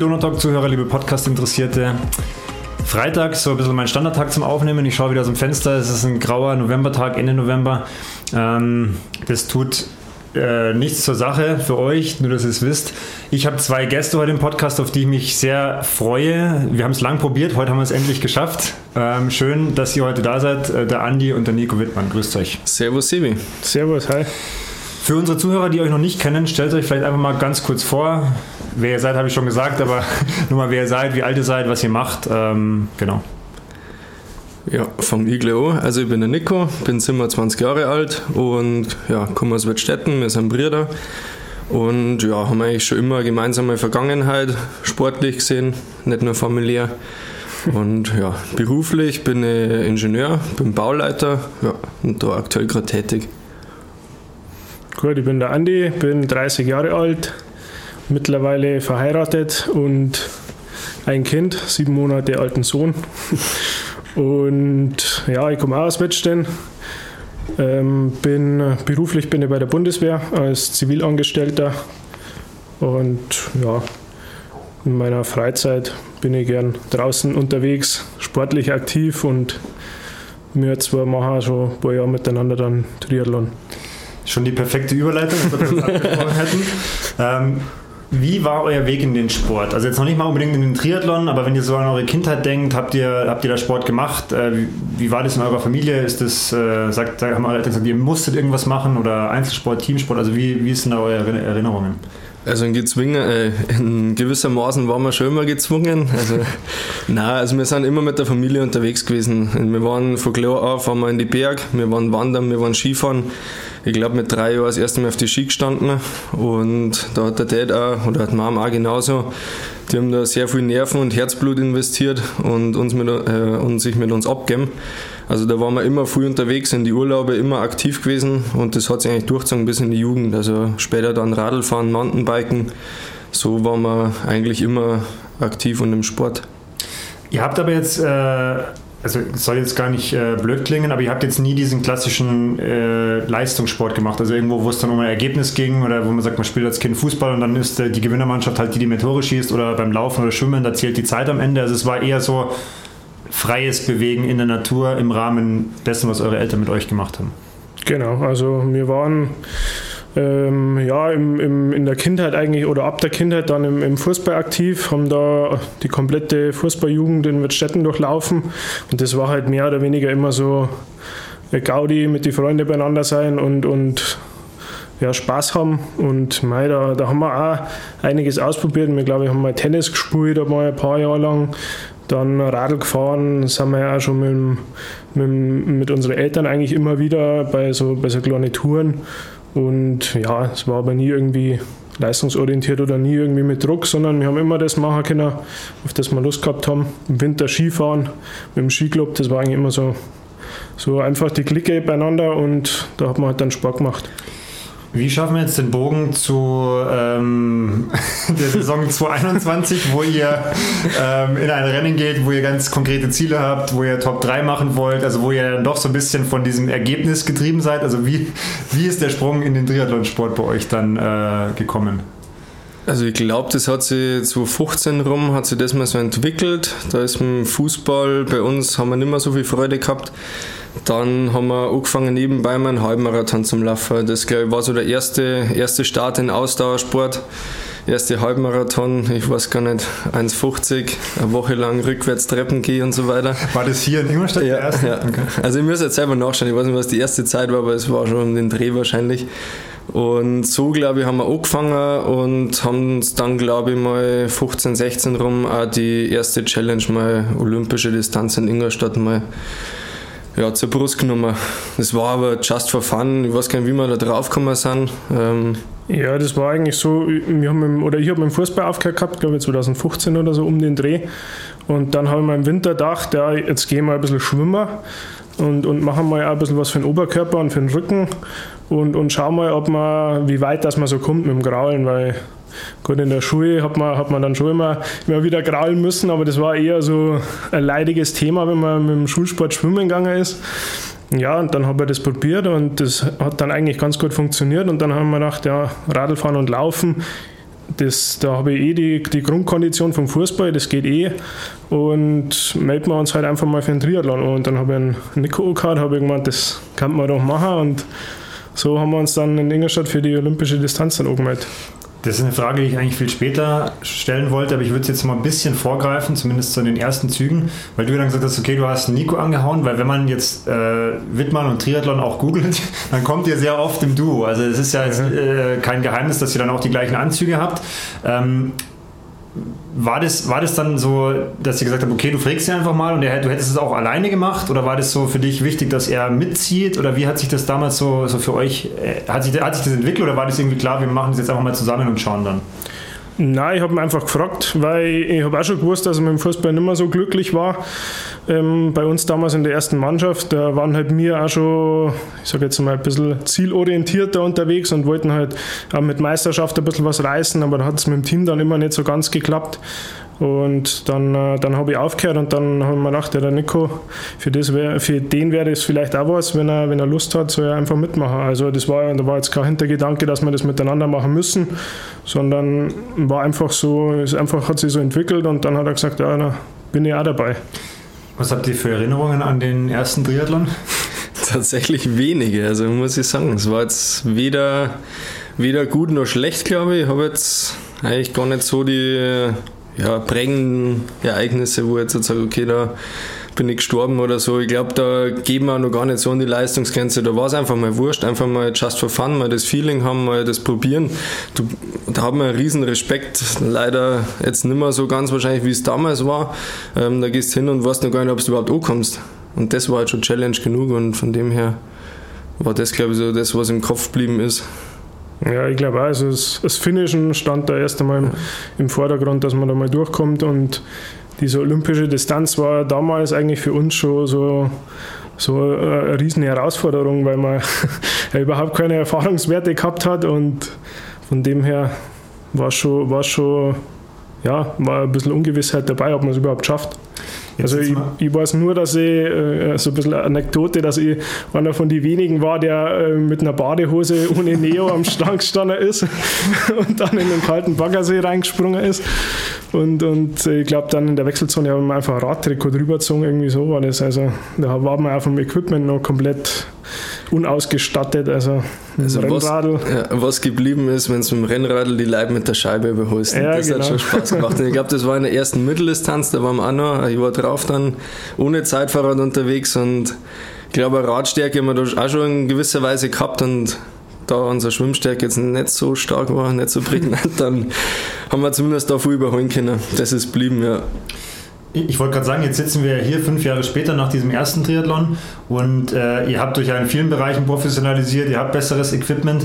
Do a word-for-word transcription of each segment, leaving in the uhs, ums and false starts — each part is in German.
Donautalk-Zuhörer, liebe Podcast-Interessierte, Freitag, so ein bisschen mein Standardtag zum Aufnehmen. Ich schaue wieder aus dem Fenster, es ist ein grauer Novembertag, Ende November. Ähm, das tut äh, nichts zur Sache für euch, nur dass ihr es wisst. Ich habe zwei Gäste heute im Podcast, auf die ich mich sehr freue. Wir haben es lang probiert, heute haben wir es endlich geschafft. Ähm, schön, dass ihr heute da seid, äh, der Andi und der Nico Wittmann. Grüßt euch. Servus, Sebi. Servus, hi. Für unsere Zuhörer, die euch noch nicht kennen, stellt euch vielleicht einfach mal ganz kurz vor. Wer ihr seid, habe ich schon gesagt, aber nur mal, wer ihr seid, wie alt ihr seid, was ihr macht. Ähm, genau. Ja, fange ich gleich an. Also ich bin der Nico, bin siebenundzwanzig Jahre alt und ja, komme aus Wettstetten, wir sind Brüder. Und ja, haben eigentlich schon immer eine gemeinsame Vergangenheit, sportlich gesehen, nicht nur familiär. Und ja, beruflich bin ich Ingenieur, bin Bauleiter, ja, und da aktuell gerade tätig. Gut, ich bin der Andi, bin dreißig Jahre alt, mittlerweile verheiratet und ein Kind, sieben Monate alten Sohn. Und ja, ich komme auch aus Wettstetten. Ähm, bin, beruflich bin ich bei der Bundeswehr als Zivilangestellter und ja, in meiner Freizeit bin ich gern draußen unterwegs, sportlich aktiv und wir zwei machen schon ein paar Jahre miteinander dann Triathlon. Schon die perfekte Überleitung, was wir uns abgesprochen hätten. Ähm, wie war euer Weg in den Sport? Also jetzt noch nicht mal unbedingt in den Triathlon, aber wenn ihr so an eure Kindheit denkt, habt ihr, habt ihr da Sport gemacht? Äh, wie, wie war das in eurer Familie? Ist das, äh, sagt, haben eure Eltern gesagt, ihr musstet irgendwas machen oder Einzelsport, Teamsport? Also wie, wie sind da eure Erinnerungen? Also in, gezwungen, äh, in gewissermaßen waren wir schon immer gezwungen. Also, nein, also wir sind immer mit der Familie unterwegs gewesen. Wir waren von klar auf waren wir in die Berg, wir waren wandern, wir waren Skifahren. Ich glaube mit drei Jahren das erste Mal auf die Ski gestanden und da hat der Dad auch, oder hat Mama auch genauso, die haben da sehr viel Nerven und Herzblut investiert und, uns mit, äh, und sich mit uns abgegeben. Also da waren wir immer früh unterwegs, in die Urlaube immer aktiv gewesen und das hat sich eigentlich durchgezogen bis in die Jugend. Also später dann Radlfahren, Mountainbiken, so waren wir eigentlich immer aktiv und im Sport. Ihr habt aber jetzt, äh, also es soll jetzt gar nicht äh, blöd klingen, aber ihr habt jetzt nie diesen klassischen äh, Leistungssport gemacht, also irgendwo, wo es dann um ein Ergebnis ging oder wo man sagt, man spielt als Kind Fußball und dann ist äh, die Gewinnermannschaft halt die, die mehr Tore schießt oder beim Laufen oder Schwimmen, da zählt die Zeit am Ende. Also es war eher so freies Bewegen in der Natur im Rahmen dessen, was eure Eltern mit euch gemacht haben. Genau, also wir waren ähm, ja, im, im, in der Kindheit eigentlich oder ab der Kindheit dann im, im Fußball aktiv, haben da die komplette Fußballjugend in Wettstetten durchlaufen und das war halt mehr oder weniger immer so Gaudi, mit den Freunden beieinander sein und, und ja, Spaß haben und mei, da, da haben wir auch einiges ausprobiert. Wir glaube ich haben mal Tennis gespielt, mal ein paar Jahre lang. Dann Radl gefahren, sind wir ja auch schon mit, mit, mit unseren Eltern eigentlich immer wieder bei so, bei so kleinen Touren. Und ja, es war aber nie irgendwie leistungsorientiert oder nie irgendwie mit Druck, sondern wir haben immer das machen können, auf das wir Lust gehabt haben. Im Winter Skifahren mit dem Skiclub, das war eigentlich immer so, so einfach die Clique beieinander und da hat man halt dann Sport gemacht. Wie schaffen wir jetzt den Bogen zu ähm, der Saison zwanzig einundzwanzig, wo ihr ähm, in ein Rennen geht, wo ihr ganz konkrete Ziele habt, wo ihr Top drei machen wollt, also wo ihr dann doch so ein bisschen von diesem Ergebnis getrieben seid? Also wie, wie ist der Sprung in den Triathlonsport bei euch dann äh, gekommen? Also ich glaube, das hat sich zwanzig fünfzehn rum, hat sich das mal so entwickelt. Da ist mit dem Fußball bei uns, haben wir nicht mehr so viel Freude gehabt. Dann haben wir angefangen nebenbei mal einen Halbmarathon zum Laufen. Das glaube ich war so der erste, erste Start in Ausdauersport. Erste Halbmarathon, ich weiß gar nicht, eins fünfzig, eine Woche lang rückwärts Treppen gehen und so weiter. War das hier in Ingolstadt ja, der erste? Ja. Okay. Also ich muss jetzt selber nachschauen, ich weiß nicht, was die erste Zeit war, aber es war schon um den Dreh wahrscheinlich. Und so, glaube ich, haben wir angefangen und haben uns dann, glaube ich, mal fünfzehn, sechzehn rum auch die erste Challenge, mal olympische Distanz in Ingolstadt mal ja, zur Brust genommen. Das war aber just for fun, ich weiß gar nicht, wie wir da drauf gekommen sind. Ähm ja, das war eigentlich so, wir haben im, oder ich habe mit dem Fußball aufgehört gehabt, glaube ich zwanzig fünfzehn oder so um den Dreh. Und dann habe ich mir im Winter gedacht, ja, jetzt gehen wir ein bisschen schwimmen und, und machen mal auch ein bisschen was für den Oberkörper und für den Rücken und, und schauen mal, ob man, wie weit das man so kommt mit dem Graulen, weil gut, in der Schule hat man, hat man dann schon immer, immer wieder graulen müssen, aber das war eher so ein leidiges Thema, wenn man mit dem Schulsport schwimmen gegangen ist. Ja, und dann habe ich das probiert und das hat dann eigentlich ganz gut funktioniert und dann haben wir gedacht, ja, Radlfahren und Laufen, das, da habe ich eh die, die Grundkondition vom Fußball, das geht eh. Und melden wir uns halt einfach mal für den Triathlon an. Und dann habe ich einen Nico gehabt, habe ich gemeint, das kann man doch machen. Und so haben wir uns dann in Ingolstadt für die olympische Distanz dann angemeldet. Das ist eine Frage, die ich eigentlich viel später stellen wollte, aber ich würde es jetzt mal ein bisschen vorgreifen, zumindest so in den ersten Zügen, weil du dann gesagt hast, okay, du hast Nico angehauen, weil wenn man jetzt äh, Wittmann und Triathlon auch googelt, dann kommt ihr sehr oft im Duo. Also es ist ja jetzt äh, kein Geheimnis, dass ihr dann auch die gleichen Anzüge habt. Ähm, War das, war das dann so, dass ihr gesagt habt, okay, du fragst ihn einfach mal und er, du hättest es auch alleine gemacht, oder war das so für dich wichtig, dass er mitzieht, oder wie hat sich das damals so, so für euch, hat sich, hat sich das entwickelt, oder war das irgendwie klar, wir machen das jetzt einfach mal zusammen und schauen dann? Nein, ich habe ihn einfach gefragt, weil ich habe auch schon gewusst, dass er mit dem Fußball nicht mehr so glücklich war. Ähm, bei uns damals in der ersten Mannschaft, da waren halt wir auch schon, ich sage jetzt mal, ein bisschen zielorientierter unterwegs und wollten halt auch mit Meisterschaft ein bisschen was reißen, aber da hat es mit dem Team dann immer nicht so ganz geklappt. Und dann, äh, dann habe ich aufgehört und dann habe ich mir gedacht, ja, der Nico, für, das wär, für den wäre das vielleicht auch was, wenn er, wenn er Lust hat, soll er einfach mitmachen. Also das war, da war jetzt kein Hintergedanke, dass wir das miteinander machen müssen, sondern war einfach so, es einfach hat sich so entwickelt und dann hat er gesagt, ja, da bin ich auch dabei. Was habt ihr für Erinnerungen an den ersten Triathlon? Tatsächlich wenige, also muss ich sagen. Es war jetzt weder, weder gut noch schlecht, glaube ich. Ich habe jetzt eigentlich gar nicht so die ja, prägenden Ereignisse, wo ich jetzt sage, okay, da bin ich gestorben oder so. Ich glaube, da geben wir noch gar nicht so an die Leistungsgrenze. Da war es einfach mal wurscht, einfach mal just for fun, mal das Feeling haben, mal das probieren. Du, da haben wir einen riesen Respekt. Leider jetzt nicht mehr so ganz wahrscheinlich, wie es damals war. Ähm, da gehst du hin und weißt noch gar nicht, ob du überhaupt ankommst. Und das war halt schon Challenge genug und von dem her war das, glaube ich, so das, was im Kopf geblieben ist. Ja, ich glaube auch, also das, das Finishen stand da erst einmal im, im Vordergrund, dass man da mal durchkommt, und diese olympische Distanz war damals eigentlich für uns schon so, so eine riesen Herausforderung, weil man ja überhaupt keine Erfahrungswerte gehabt hat, und von dem her war schon, war schon ja, war ein bisschen Ungewissheit dabei, ob man es überhaupt schafft. Also ich, ich weiß nur, dass ich, äh, so ein bisschen eine Anekdote, dass ich einer von den wenigen war, der äh, mit einer Badehose ohne Neo am Strand gestanden ist und dann in den kalten Baggersee reingesprungen ist. Und, und ich glaube, dann in der Wechselzone haben wir einfach ein Radtrikot drüber gezogen, irgendwie so war das. Also da war man auch vom Equipment noch komplett unausgestattet, also, also Rennradl. Was, ja, was geblieben ist, wenn du mit dem Rennradl die Leute mit der Scheibe überholst. Ja, das genau. Hat schon Spaß gemacht. Und ich glaube, das war in der ersten Mitteldistanz, da waren wir auch noch, ich war drauf dann ohne Zeitfahrrad unterwegs, und ich glaube, Radstärke haben wir da auch schon in gewisser Weise gehabt, und da unsere Schwimmstärke jetzt nicht so stark war, nicht so prägnant, dann haben wir zumindest da viel überholen können. Das ist geblieben, ja. Ich wollte gerade sagen, jetzt sitzen wir hier fünf Jahre später nach diesem ersten Triathlon, und äh, ihr habt euch ja in vielen Bereichen professionalisiert, ihr habt besseres Equipment.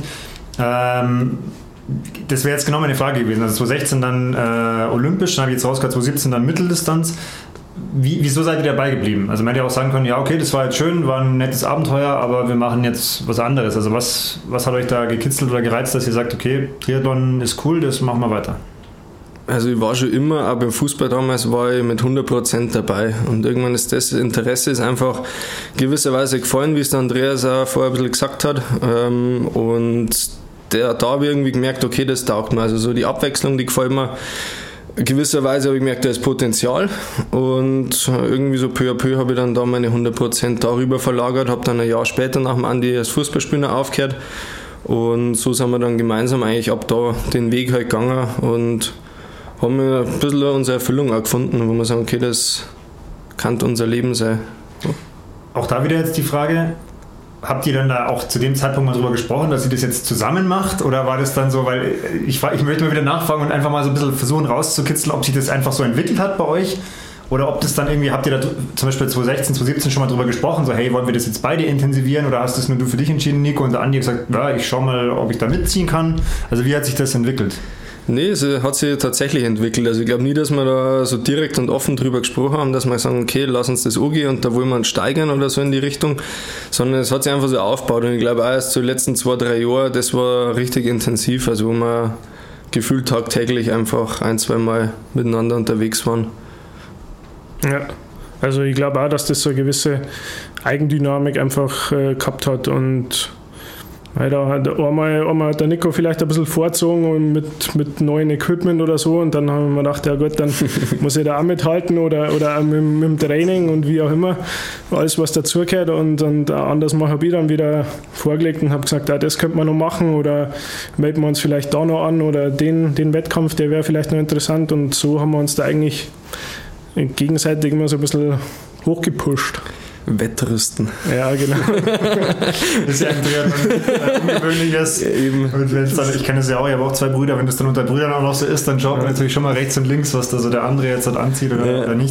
Ähm, das wäre jetzt genau meine Frage gewesen. Also zwanzig sechzehn dann äh, olympisch, dann habe ich jetzt rausgehört, zwanzig siebzehn dann Mitteldistanz. Wie, wieso seid ihr dabei geblieben? Also man hätte ja auch sagen können, ja okay, das war jetzt schön, war ein nettes Abenteuer, aber wir machen jetzt was anderes. Also was, was hat euch da gekitzelt oder gereizt, dass ihr sagt, okay, Triathlon ist cool, das machen wir weiter? Also ich war schon immer, auch beim Fußball damals war ich mit hundert Prozent dabei, und irgendwann ist das Interesse ist einfach gewisserweise gefallen, wie es der Andreas auch vorher ein bisschen gesagt hat, und der, da habe ich irgendwie gemerkt, okay, das taugt mir, also so die Abwechslung, die gefällt mir. Gewisserweise habe ich gemerkt, da ist Potenzial, und irgendwie so peu à peu habe ich dann da meine hundert Prozent darüber verlagert, habe dann ein Jahr später nach dem Andi als Fußballspieler aufgehört, und so sind wir dann gemeinsam eigentlich ab da den Weg halt gegangen und haben wir ein bisschen unsere Erfüllung auch gefunden, wo wir sagen, okay, das kann unser Leben sein. So. Auch da wieder jetzt die Frage, habt ihr dann da auch zu dem Zeitpunkt mal drüber gesprochen, dass ihr das jetzt zusammen macht, oder war das dann so, weil ich, ich möchte mal wieder nachfragen und einfach mal so ein bisschen versuchen rauszukitzeln, ob sich das einfach so entwickelt hat bei euch, oder ob das dann irgendwie, habt ihr da zum Beispiel zwanzig sechzehn, zwanzig siebzehn schon mal drüber gesprochen, so hey, wollen wir das jetzt beide intensivieren, oder hast das nur du für dich entschieden, Nico, und der Andi hat gesagt, ja, ich schau mal, ob ich da mitziehen kann. Also wie hat sich das entwickelt? Nee, es hat sich tatsächlich entwickelt. Also ich glaube nie, dass wir da so direkt und offen drüber gesprochen haben, dass wir sagen, okay, lass uns das angehen und da wollen wir uns steigern oder so in die Richtung, sondern es hat sich einfach so aufgebaut, und ich glaube auch erst so die letzten zwei, drei Jahre, das war richtig intensiv, also wo wir gefühlt tagtäglich einfach ein, zwei Mal miteinander unterwegs waren. Ja, also ich glaube auch, dass das so eine gewisse Eigendynamik einfach äh, gehabt hat, und Weil da, da einmal, einmal hat der Nico vielleicht ein bisschen vorgezogen mit, mit neuen Equipment oder so und dann haben wir gedacht, ja gut, dann muss ich da auch mithalten oder, oder auch mit, mit dem Training und wie auch immer, alles was dazugehört und, und anders habe ich dann wieder vorgelegt und habe gesagt, ja, das könnte man noch machen oder melden wir uns vielleicht da noch an oder den, den Wettkampf, der wäre vielleicht noch interessant und so haben wir uns da eigentlich gegenseitig immer so ein bisschen hochgepusht. Wettrüsten. Ja, genau. Das ist ja ein Triathlon ungewöhnliches. Ja, eben. Und wenn's dann, ich kenne es ja auch, ich habe auch zwei Brüder, wenn das dann unter Brüdern auch noch so ist, dann schaut man ja. natürlich schon mal rechts und links, was da so der andere jetzt halt anzieht oder, ja. oder nicht.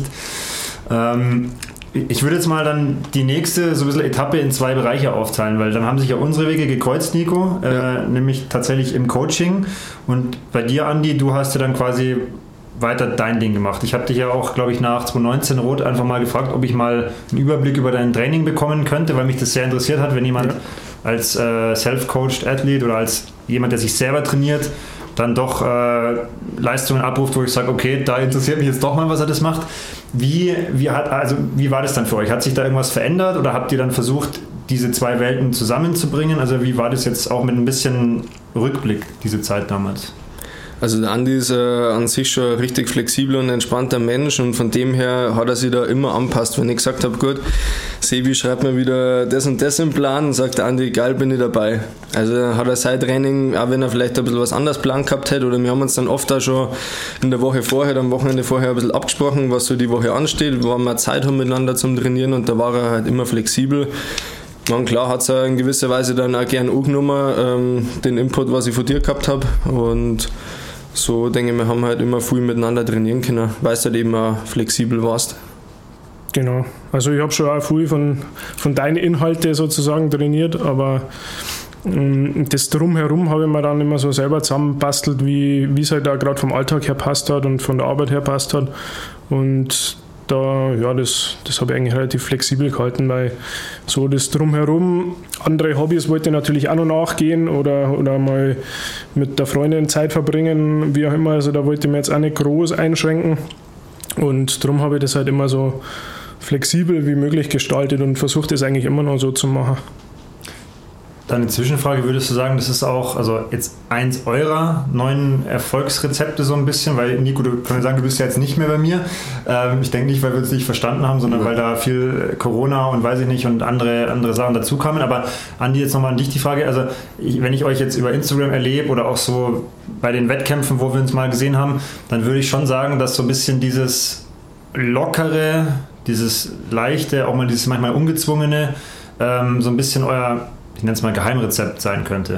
Ähm, ich würde jetzt mal dann die nächste so ein bisschen Etappe in zwei Bereiche aufteilen, weil dann haben sich ja unsere Wege gekreuzt, Nico, ja. äh, nämlich tatsächlich im Coaching und bei dir, Andi, du hast ja dann quasi weiter dein Ding gemacht. Ich habe dich ja auch, glaube ich, nach zwanzig neunzehn Rot einfach mal gefragt, ob ich mal einen Überblick über dein Training bekommen könnte, weil mich das sehr interessiert hat, wenn jemand ja. als äh, Self-Coached Athlet oder als jemand, der sich selber trainiert, dann doch äh, Leistungen abruft, wo ich sage, okay, da interessiert mich jetzt doch mal, was er das macht. Wie, wie, hat, also, wie war das dann für euch? Hat sich da irgendwas verändert oder habt ihr dann versucht, diese zwei Welten zusammenzubringen? Also wie war das jetzt auch mit ein bisschen Rückblick, diese Zeit damals? Also der Andi ist äh, an sich schon ein richtig flexibler und entspannter Mensch und von dem her hat er sich da immer anpasst. Wenn ich gesagt habe, gut, Sebi schreibt mir wieder das und das im Plan, sagt der Andi, geil, bin ich dabei. Also hat er sein Training, auch wenn er vielleicht ein bisschen was anderes Plan gehabt hätte oder wir haben uns dann oft auch schon in der Woche vorher, am Wochenende vorher ein bisschen abgesprochen, was so die Woche ansteht, wann wir Zeit haben miteinander zum Trainieren und da war er halt immer flexibel. Man, klar hat es in gewisser Weise dann auch gern angenommen, ähm, den Input, was ich von dir gehabt habe und so denke ich, wir haben halt immer viel miteinander trainieren können, weil du halt eben auch flexibel warst. Genau, also ich habe schon auch viel von, von deinen Inhalten sozusagen trainiert, aber ähm, das Drumherum habe ich mir dann immer so selber zusammenbastelt, wie es halt auch gerade vom Alltag her passt hat und von der Arbeit her passt hat und da, ja, das, das habe ich eigentlich relativ flexibel gehalten, weil so das Drumherum, andere Hobbys wollte ich natürlich auch noch nachgehen oder, oder mal mit der Freundin Zeit verbringen, wie auch immer, also da wollte ich mir jetzt auch nicht groß einschränken und darum habe ich das halt immer so flexibel wie möglich gestaltet und versucht das eigentlich immer noch so zu machen. Dann eine Zwischenfrage, würdest du sagen, das ist auch also jetzt eins eurer neuen Erfolgsrezepte so ein bisschen, weil Nico, du kannst sagen, du bist ja jetzt nicht mehr bei mir. Ähm, ich denke nicht, weil wir uns nicht verstanden haben, sondern ja. weil da viel Corona und weiß ich nicht und andere, andere Sachen dazu kamen. Aber Andi, jetzt nochmal an dich die Frage, also ich, wenn ich euch jetzt über Instagram erlebe oder auch so bei den Wettkämpfen, wo wir uns mal gesehen haben, dann würde ich schon sagen, dass so ein bisschen dieses lockere, dieses leichte, auch mal dieses manchmal ungezwungene, ähm, so ein bisschen euer, ich nenne es mal Geheimrezept sein könnte.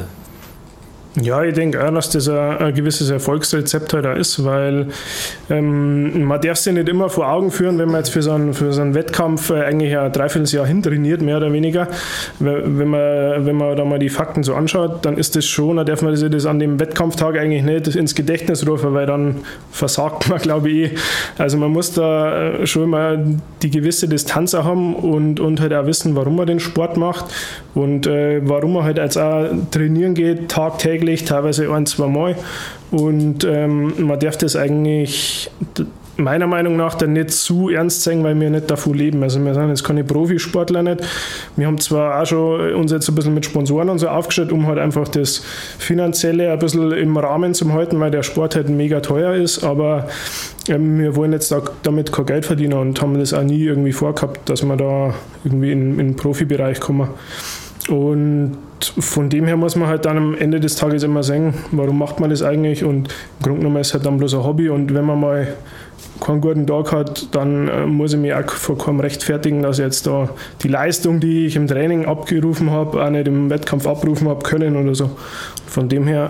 Ja, ich denke auch, dass das ein, ein gewisses Erfolgsrezept halt auch ist, weil ähm, man darf sich nicht immer vor Augen führen, wenn man jetzt für so einen, für so einen Wettkampf äh, eigentlich ein Dreivierteljahr hintrainiert, mehr oder weniger. Wenn man, wenn man da mal die Fakten so anschaut, dann ist das schon, da darf man sich das an dem Wettkampftag eigentlich nicht ins Gedächtnis rufen, weil dann versagt man, glaube ich, eh. Also man muss da schon immer die gewisse Distanz haben und, und halt auch wissen, warum man den Sport macht und äh, warum man halt jetzt auch trainieren geht, tagtäglich, teilweise ein, zwei Mal und ähm, man darf das eigentlich meiner Meinung nach dann nicht zu ernst sehen, weil wir nicht davon leben. Also wir sind jetzt keine Profisportler nicht. Wir haben zwar auch schon uns jetzt ein bisschen mit Sponsoren und so aufgestellt, um halt einfach das Finanzielle ein bisschen im Rahmen zu halten, weil der Sport halt mega teuer ist, aber ähm, wir wollen jetzt da, damit kein Geld verdienen und haben das auch nie irgendwie vorgehabt, dass wir da irgendwie in, in den Profibereich kommen. Und von dem her muss man halt dann am Ende des Tages immer sagen, warum macht man das eigentlich und im Grunde genommen ist es halt dann bloß ein Hobby und wenn man mal keinen guten Tag hat, dann äh, muss ich mich auch vor keinem rechtfertigen, dass ich jetzt da die Leistung, die ich im Training abgerufen habe, auch nicht im Wettkampf abrufen habe können oder so. Von dem her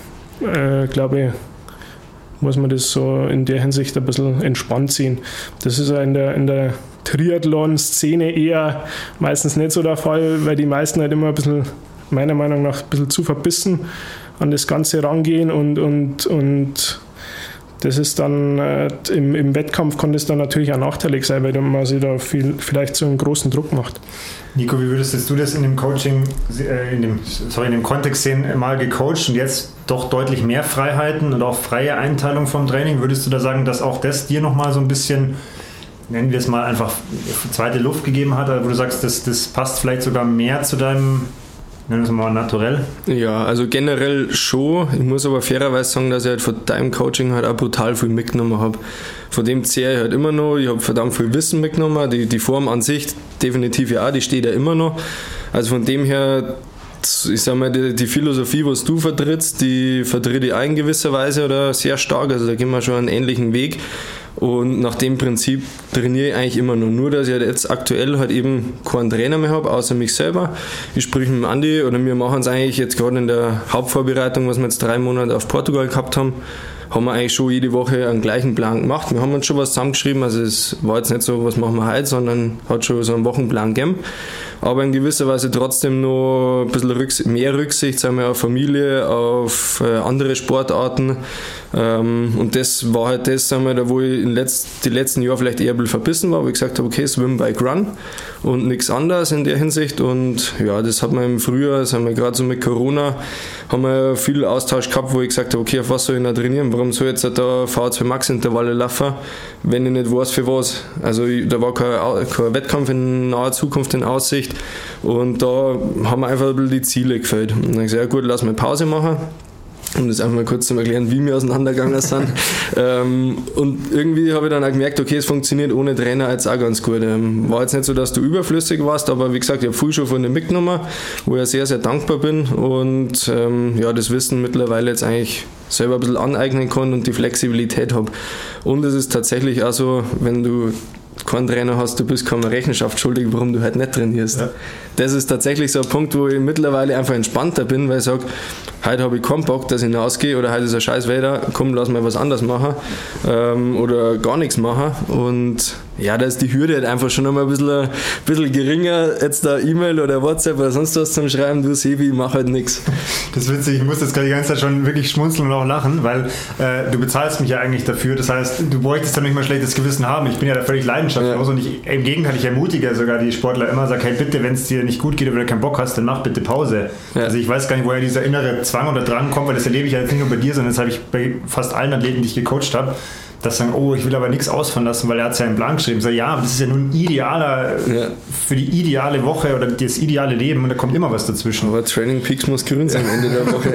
äh, glaube ich, muss man das so in der Hinsicht ein bisschen entspannt sehen. Das ist ja in der, in der Triathlon-Szene eher meistens nicht so der Fall, weil die meisten halt immer ein bisschen, meiner Meinung nach, ein bisschen zu verbissen an das Ganze rangehen und, und, und das ist dann äh, im, im Wettkampf kann das dann natürlich auch nachteilig sein, weil man sich da viel, vielleicht so einen großen Druck macht. Nico, wie würdest du das in dem Coaching, äh, in dem, sorry, in dem Kontext sehen, mal gecoacht und jetzt doch deutlich mehr Freiheiten und auch freie Einteilung vom Training? Würdest du da sagen, dass auch das dir nochmal so ein bisschen, nennen wir es mal, einfach zweite Luft gegeben hat, wo du sagst, das, das passt vielleicht sogar mehr zu deinem Nennen wir es mal naturell. Ja, also generell schon. Ich muss aber fairerweise sagen, dass ich halt von deinem Coaching halt auch brutal viel mitgenommen habe. Von dem zehre ich halt immer noch. Ich habe verdammt viel Wissen mitgenommen. Die, die Form an sich definitiv ja auch, die steht ja immer noch. Also von dem her, ich sag mal, die, die Philosophie, was du vertrittst, die vertritt ich auch in gewisser Weise oder sehr stark. Also da gehen wir schon einen ähnlichen Weg. Und nach dem Prinzip trainiere ich eigentlich immer noch. Nur, dass ich halt jetzt aktuell halt eben keinen Trainer mehr habe, außer mich selber. Ich spreche mit dem Andi oder wir machen es eigentlich jetzt gerade in der Hauptvorbereitung, was wir jetzt drei Monate auf Portugal gehabt haben, haben wir eigentlich schon jede Woche einen gleichen Plan gemacht. Wir haben uns schon was zusammengeschrieben, also es war jetzt nicht so, was machen wir heute, sondern hat schon so einen Wochenplan gegeben. Aber in gewisser Weise trotzdem noch ein bisschen Rücks- mehr Rücksicht, sagen wir, auf Familie, auf äh, andere Sportarten. Ähm, und das war halt das, sagen wir, da wo ich in letzt, die letzten Jahre vielleicht eher ein bisschen verbissen war, wo ich gesagt habe, okay, Swim, Bike, Run und nichts anderes in der Hinsicht. Und ja, das hat man im Frühjahr, das haben wir gerade so mit Corona, haben wir viel Austausch gehabt, wo ich gesagt habe, okay, auf was soll ich noch trainieren? Warum soll ich jetzt da V zwei Max Intervalle laufen, wenn ich nicht weiß für was? Also da war kein, kein Wettkampf in naher Zukunft in Aussicht. Und da haben wir einfach ein bisschen die Ziele gefällt. Und dann habe ich gesagt, ja gut, lass mal Pause machen, um das einfach mal kurz zu erklären, wie wir auseinandergegangen sind. ähm, und irgendwie habe ich dann auch gemerkt, okay, es funktioniert ohne Trainer jetzt auch ganz gut. Ähm, war jetzt nicht so, dass du überflüssig warst, aber wie gesagt, ich habe viel schon von dir mitgenommen, wo ich sehr, sehr dankbar bin und ähm, ja, das Wissen mittlerweile jetzt eigentlich selber ein bisschen aneignen kann und die Flexibilität habe. Und es ist tatsächlich auch so, wenn du keinen Trainer hast, du bist keine Rechenschaft schuldig, warum du halt nicht trainierst. Ja. Das ist tatsächlich so ein Punkt, wo ich mittlerweile einfach entspannter bin, weil ich sage, heute habe ich keinen Bock, dass ich hinausgehe oder heute ist ein scheiß Wetter, komm, lass mal was anderes machen ähm, oder gar nichts machen. Und ja, da ist die Hürde halt einfach schon einmal ein bisschen, ein bisschen geringer, jetzt da E-Mail oder WhatsApp oder sonst was zum Schreiben, du Sebi, ich mache halt nichts. Das ist witzig, ich muss jetzt gerade die ganze Zeit schon wirklich schmunzeln und auch lachen, weil äh, du bezahlst mich ja eigentlich dafür, das heißt, du bräuchtest ja nicht mal schlechtes Gewissen haben, ich bin ja da völlig leidenschaftlos ja. Und ich, im Gegenteil, ich ermutige sogar die Sportler immer, sag, hey bitte, wenn es dir nicht gut geht oder du keinen Bock hast, dann mach bitte Pause. Ja. Also ich weiß gar nicht, woher dieser innere Zwang oder Drang kommt, weil das erlebe ich ja jetzt nicht nur bei dir, sondern das habe ich bei fast allen Athleten, die ich gecoacht habe, dass sagen, oh, ich will aber nichts ausfahren lassen, weil er hat es ja im Plan geschrieben. Ich sage, ja, aber das ist ja nur ein idealer, ja. für die ideale Woche oder das ideale Leben und da kommt immer was dazwischen. Aber Training Peaks muss grün sein am Ende der Woche.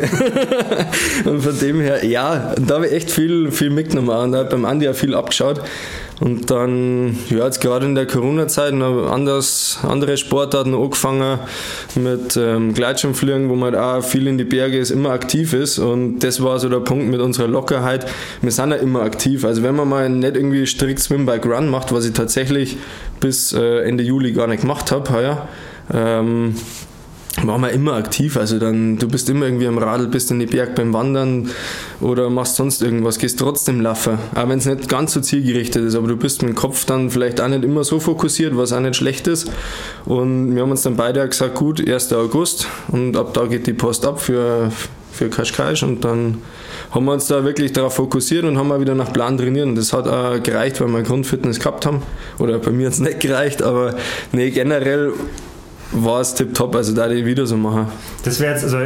Und von dem her, ja, da habe ich echt viel, viel mitgenommen und da hat beim Andi auch viel abgeschaut. Und dann, ja, jetzt gerade in der Corona-Zeit noch anders, andere Sportarten angefangen mit ähm, Gleitschirmfliegen, wo man auch viel in die Berge ist, immer aktiv ist. Und das war so der Punkt mit unserer Lockerheit. Wir sind ja immer aktiv. Also wenn man mal nicht irgendwie strikt Swim, Bike, Run macht, was ich tatsächlich bis äh, Ende Juli gar nicht gemacht habe, heuer, ähm, waren wir immer aktiv, also dann, du bist immer irgendwie am Radl, bist in die Berg beim Wandern oder machst sonst irgendwas, gehst trotzdem laufen, auch wenn es nicht ganz so zielgerichtet ist, aber du bist mit dem Kopf dann vielleicht auch nicht immer so fokussiert, was auch nicht schlecht ist und wir haben uns dann beide auch gesagt, gut, erster August und ab da geht die Post ab für, für Cascais und dann haben wir uns da wirklich darauf fokussiert und haben mal wieder nach Plan trainiert und das hat auch gereicht, weil wir Grundfitness gehabt haben oder bei mir hat es nicht gereicht, aber nee, generell war es tipptopp, also da die wieder so machen. Das wäre jetzt, also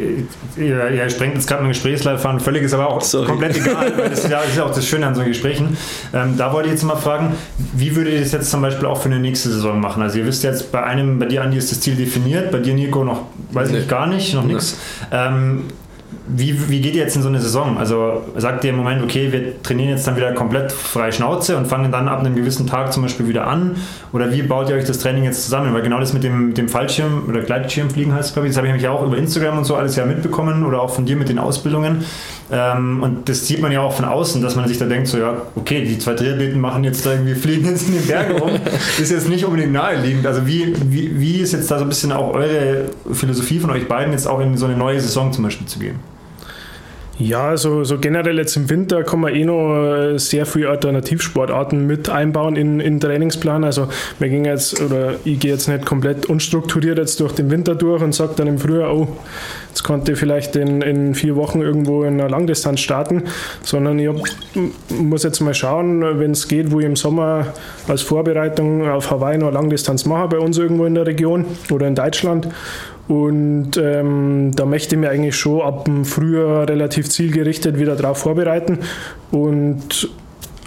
ihr, ihr sprengt jetzt gerade mein Gesprächsleitfaden, völlig ist aber auch Sorry. komplett egal, weil das ist, ja, das ist ja auch das Schöne an so Gesprächen. Ähm, da wollte ich jetzt mal fragen, wie würdet ihr das jetzt zum Beispiel auch für eine nächste Saison machen? Also ihr wisst jetzt, bei einem, bei dir Andi ist das Ziel definiert, bei dir Nico noch, weiß ich nee. gar nicht, noch nee. nichts. Ähm, Wie, wie geht ihr jetzt in so eine Saison? Also sagt ihr im Moment, okay, wir trainieren jetzt dann wieder komplett frei Schnauze und fangen dann ab einem gewissen Tag zum Beispiel wieder an? Oder wie baut ihr euch das Training jetzt zusammen? Weil genau das mit dem, dem Fallschirm oder Gleitschirmfliegen heißt es, glaube ich, das habe ich nämlich auch über Instagram und so alles ja mitbekommen oder auch von dir mit den Ausbildungen. Ähm, und das sieht man ja auch von außen, dass man sich da denkt, so ja, okay, die zwei Triathleten machen jetzt da irgendwie, fliegen jetzt in den Bergen rum. Ist jetzt nicht unbedingt naheliegend. Also wie, wie, wie ist jetzt da so ein bisschen auch eure Philosophie von euch beiden, jetzt auch in so eine neue Saison zum Beispiel zu gehen? Ja, so, so generell jetzt im Winter kann man eh noch sehr viele Alternativsportarten mit einbauen in, in den Trainingsplan. Also wir gehen jetzt, oder ich gehe jetzt nicht komplett unstrukturiert jetzt durch den Winter durch und sage dann im Frühjahr, oh, jetzt konnte ich vielleicht in, in vier Wochen irgendwo in einer Langdistanz starten, sondern ich hab, muss jetzt mal schauen, wenn es geht, wo ich im Sommer als Vorbereitung auf Hawaii noch eine Langdistanz mache, bei uns irgendwo in der Region oder in Deutschland. Und ähm, da möchte ich mich eigentlich schon ab dem Frühjahr relativ zielgerichtet wieder darauf vorbereiten und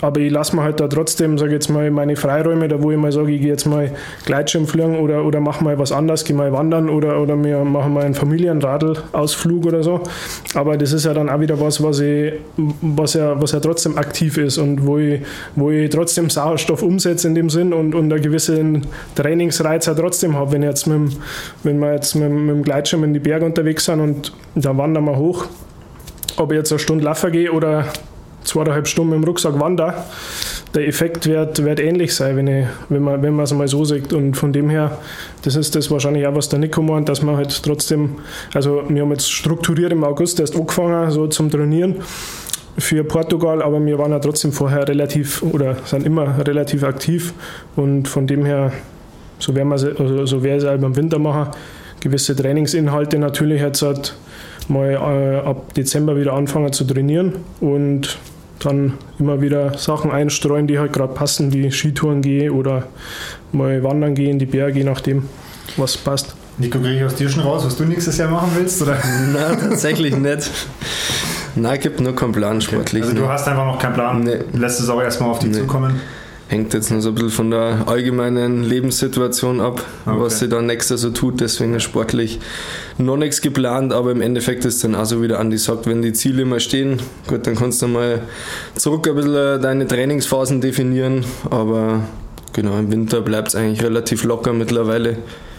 aber ich lasse mir halt da trotzdem, sage jetzt mal, meine Freiräume, da wo ich mal sage, ich gehe jetzt mal Gleitschirm fliegen oder, oder mache mal was anderes, gehe mal wandern oder, oder wir machen mal einen Familienradl-Ausflug oder so. Aber das ist ja dann auch wieder was, was ich, was ja, was ja trotzdem aktiv ist und wo ich, wo ich trotzdem Sauerstoff umsetze in dem Sinn und, und einen gewissen Trainingsreiz auch trotzdem habe. Wenn, jetzt mit, dem, wenn wir jetzt mit, mit dem Gleitschirm in die Berge unterwegs sind und da wandern wir hoch, ob ich jetzt eine Stunde laufen gehe oder zweieinhalb Stunden im Rucksack wandere, der Effekt wird, wird ähnlich sein, wenn, ich, wenn man wenn man es mal so sieht. Und von dem her, das ist das wahrscheinlich auch, was der Nico meint, dass man halt trotzdem, also wir haben jetzt strukturiert im August erst angefangen, so zum Trainieren für Portugal, aber wir waren ja trotzdem vorher relativ, oder sind immer relativ aktiv und von dem her, so werden wir es also, so werde ich es auch beim Winter machen, gewisse Trainingsinhalte natürlich jetzt halt mal äh, ab Dezember wieder anfangen zu trainieren und dann immer wieder Sachen einstreuen, die halt gerade passen, wie Skitouren gehe oder mal wandern gehen in die Berge, je nachdem, was passt. Nico, kriege ich aus dir schon raus, was du nächstes Jahr machen willst? Oder? Nein, tatsächlich nicht. Nein, gibt nur keinen Plan sportlich. Also du hast einfach noch keinen Plan, nee. Lässt es auch erstmal auf dich nee. zukommen? Hängt jetzt noch so ein bisschen von der allgemeinen Lebenssituation ab, okay. was sich dann nächstes so tut. Deswegen ist sportlich noch nichts geplant, aber im Endeffekt ist dann auch so, wie der Andi sagt, wenn die Ziele mal stehen, gut, dann kannst du mal zurück ein bisschen deine Trainingsphasen definieren, aber genau, im Winter bleibt es eigentlich relativ locker mittlerweile.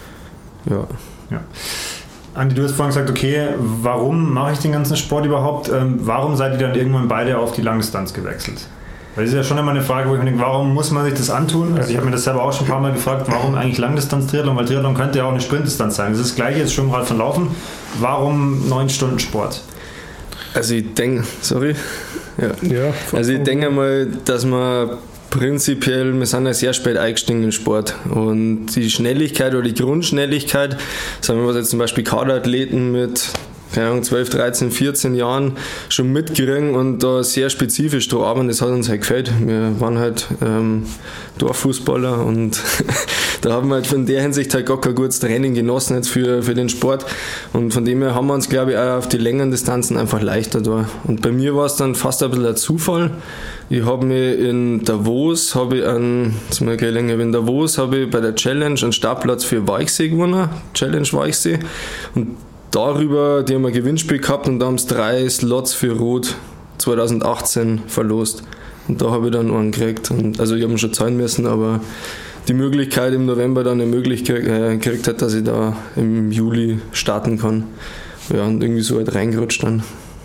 Ja. ja. Andi, du hast vorhin gesagt, okay, warum mache ich den ganzen Sport überhaupt? Ähm, warum seid ihr dann irgendwann beide auf die Langdistanz gewechselt? Weil das ist ja schon immer eine Frage, wo ich mir denke, warum muss man sich das antun? Also ich habe mir das selber auch schon ein paar Mal gefragt, warum eigentlich Langdistanz-Triathlon? Weil Triathlon könnte ja auch eine Sprintdistanz sein. Das ist das Gleiche, jetzt Schwimmen, von Laufen. Warum neun Stunden Sport? Also ich denke, sorry. Ja. Ja, also ich denke mal, dass man prinzipiell, wir sind ja sehr spät eingestiegen im Sport und die Schnelligkeit oder die Grundschnelligkeit, sagen wir mal jetzt zum Beispiel Kaderathleten mit keine Ahnung, zwölf, dreizehn, vierzehn Jahren schon mitkriegen und da sehr spezifisch da arbeiten, das hat uns halt gefällt. Wir waren halt ähm, Dorffußballer und da haben wir halt von der Hinsicht halt gar kein gutes Training genossen jetzt für, für den Sport und von dem her haben wir uns, glaube ich, auch auf die längeren Distanzen einfach leichter da. Und bei mir war es dann fast ein bisschen ein Zufall. Ich habe mich in Davos, habe ich einen, jetzt mal gleich länger, in Davos habe ich bei der Challenge einen Startplatz für Weichsee gewonnen, Challenge Weichsee, und darüber, die haben ein Gewinnspiel gehabt und da haben es drei Slots für Rot zwanzig achtzehn verlost. Und da habe ich dann einen gekriegt. Und, also ich habe ihn schon zahlen müssen, aber die Möglichkeit im November dann ermöglicht äh, gekriegt hat, dass ich da im Juli starten kann. Ja, und irgendwie so halt reingerutscht dann.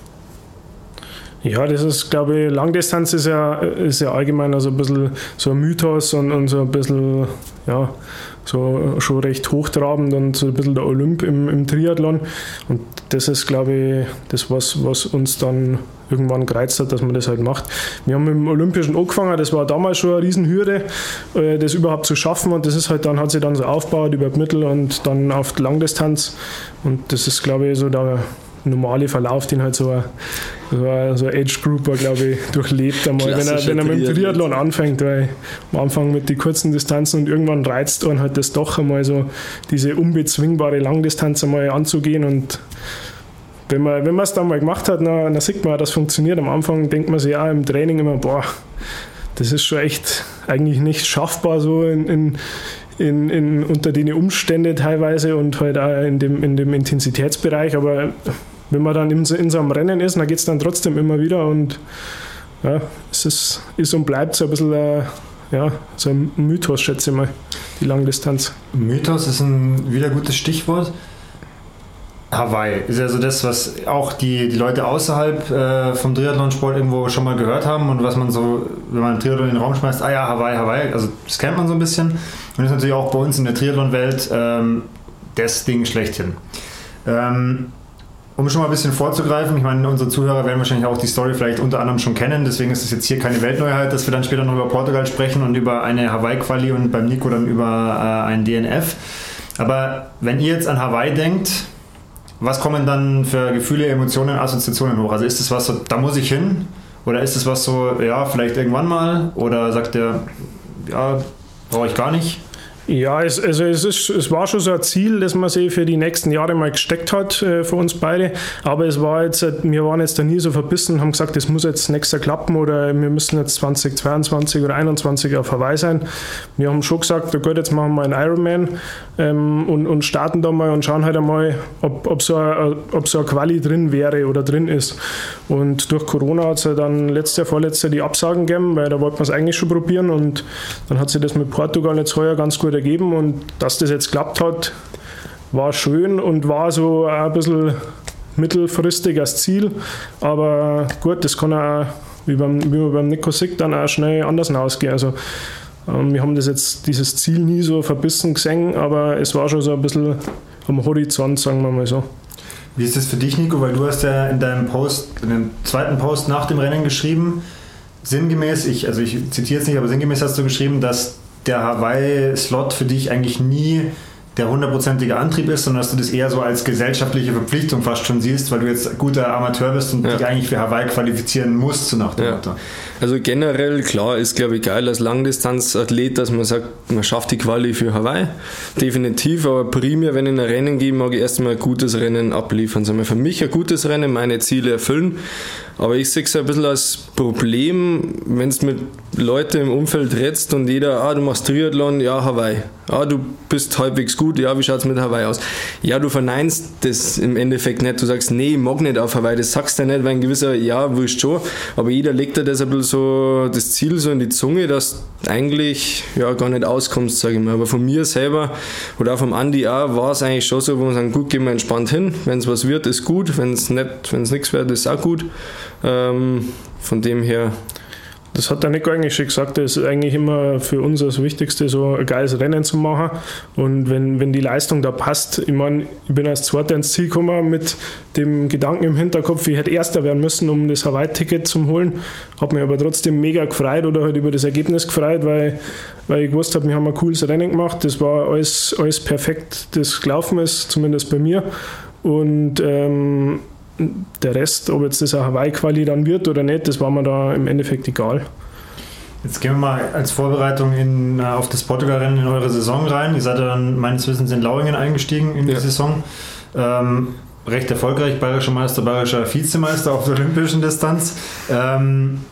Ja, das ist, glaube ich, Langdistanz ist ja, ist ja allgemein also ein bisschen so ein Mythos und, und so ein bisschen, ja, so schon recht hochtrabend und so ein bisschen der Olymp im, im Triathlon. Und das ist, glaube ich, das, was, was uns dann irgendwann gereizt hat, dass man das halt macht. Wir haben mit dem Olympischen angefangen, das war damals schon eine Riesenhürde, das überhaupt zu schaffen, und das ist halt dann, hat sich dann so aufgebaut über die Mittel und dann auf die Langdistanz. Und das ist, glaube ich, so der normale Verlauf, den halt so ein, so ein, so ein Age-Grouper, glaube ich, durchlebt einmal, wenn er, wenn er mit dem Triathlon anfängt, weil am Anfang mit den kurzen Distanzen und irgendwann reizt dann halt das doch einmal so, diese unbezwingbare Langdistanz einmal anzugehen, und wenn man wenn man es dann mal gemacht hat, dann, dann sieht man, dass es funktioniert. Am Anfang denkt man sich ja im Training immer, boah, das ist schon echt eigentlich nicht schaffbar so in, in In, in, unter den Umständen teilweise und halt auch in dem, in dem Intensitätsbereich, aber wenn man dann in, in so einem Rennen ist, dann geht es dann trotzdem immer wieder, und ja, es ist, ist und bleibt so ein bisschen äh, ja, so ein Mythos, schätze ich mal, die Langdistanz. Mythos ist ein wieder gutes Stichwort. Hawaii ist also das, was auch die, die Leute außerhalb äh, vom Triathlonsport irgendwo schon mal gehört haben, und was man so, wenn man Triathlon in den Raum schmeißt, ah ja, Hawaii, Hawaii, also das kennt man so ein bisschen, und ist natürlich auch bei uns in der Triathlon-Welt ähm, das Ding schlechthin. Ähm, um schon mal ein bisschen vorzugreifen, ich meine, unsere Zuhörer werden wahrscheinlich auch die Story vielleicht unter anderem schon kennen, deswegen ist es jetzt hier keine Weltneuheit, dass wir dann später noch über Portugal sprechen und über eine Hawaii-Quali und beim Nico dann über äh, ein D N F. Aber wenn ihr jetzt an Hawaii denkt, was kommen dann für Gefühle, Emotionen, Assoziationen hoch? Also ist das was so, da muss ich hin? Oder ist es was so, ja, vielleicht irgendwann mal? Oder sagt der, ja, brauche ich gar nicht? Ja, es, also es, ist, es war schon so ein Ziel, das man sich für die nächsten Jahre mal gesteckt hat, äh, für uns beide. Aber es war jetzt, wir waren jetzt da nie so verbissen und haben gesagt, das muss jetzt nächstes Jahr klappen oder wir müssen jetzt zwanzig zweiundzwanzig oder einundzwanzig auf Hawaii sein. Wir haben schon gesagt, oh Gott, jetzt machen wir einen Ironman ähm, und, und starten da mal und schauen halt einmal, ob, ob, so ein, ob so eine Quali drin wäre oder drin ist. Und durch Corona hat es ja dann letztes Jahr, vorletztes Jahr die Absagen gegeben, weil da wollten wir es eigentlich schon probieren und dann hat sich das mit Portugal jetzt heuer ganz gut ergeben und dass das jetzt geklappt hat, war schön und war so ein bisschen mittelfristig als Ziel, aber gut, das kann auch, wie, beim, wie man beim Nico sieht, dann auch schnell anders ausgehen. Also ähm, wir haben das jetzt, dieses Ziel nie so verbissen gesehen, aber es war schon so ein bisschen am Horizont, sagen wir mal so. Wie ist das für dich, Nico? Weil du hast ja in deinem Post, in dem zweiten Post nach dem Rennen geschrieben, sinngemäß, ich, also ich zitiere es nicht, aber sinngemäß hast du geschrieben, dass der Hawaii-Slot für dich eigentlich nie der hundertprozentige Antrieb ist, sondern dass du das eher so als gesellschaftliche Verpflichtung fast schon siehst, weil du jetzt guter Amateur bist und ja. dich eigentlich für Hawaii qualifizieren musst, so nach dem ja. Motto. Also generell, klar, ist glaube ich geil als Langdistanzathlet, dass man sagt, man schafft die Quali für Hawaii, definitiv, aber primär, wenn ich in ein Rennen gehe, mag ich erstmal ein gutes Rennen abliefern, sagen wir für mich ein gutes Rennen, meine Ziele erfüllen, aber ich sehe es ein bisschen als Problem, wenn es mit Leuten im Umfeld redest und jeder, ah, du machst Triathlon, ja, Hawaii, ah, du bist halbwegs gut, ja, wie schaut es mit Hawaii aus? Ja, du verneinst das im Endeffekt nicht, du sagst, nee, ich mag nicht auf Hawaii, das sagst du nicht, weil ein gewisser, ja, willst schon, aber jeder legt dir das ein bisschen so, das Ziel so in die Zunge, dass du eigentlich ja, gar nicht auskommst, sage ich mal, aber von mir selber oder auch vom Andi auch, war es eigentlich schon so, wo wir sagen, gut, gehen wir entspannt hin, wenn es was wird, ist gut, wenn es nicht, wenn es nichts wird, ist auch gut, ähm, von dem her. Das hat der Nico eigentlich schon gesagt, das ist eigentlich immer für uns das Wichtigste, so ein geiles Rennen zu machen. Und wenn, wenn die Leistung da passt, ich meine, ich bin als Zweiter ins Ziel gekommen mit dem Gedanken im Hinterkopf, ich hätte Erster werden müssen, um das Hawaii-Ticket zu holen. Habe mich aber trotzdem mega gefreut oder halt über das Ergebnis gefreut, weil, weil ich gewusst habe, wir haben ein cooles Rennen gemacht. Das war alles, alles perfekt, das gelaufen ist, zumindest bei mir. Und ähm, der Rest, ob jetzt das eine Hawaii-Quali dann wird oder nicht, das war mir da im Endeffekt egal. Jetzt gehen wir mal als Vorbereitung in, auf das Portugal-Rennen in eure Saison rein. Ihr seid dann meines Wissens in Lauingen eingestiegen in die ja. Saison. Ähm, recht erfolgreich, bayerischer Meister, bayerischer Vizemeister auf der olympischen Distanz. Ähm,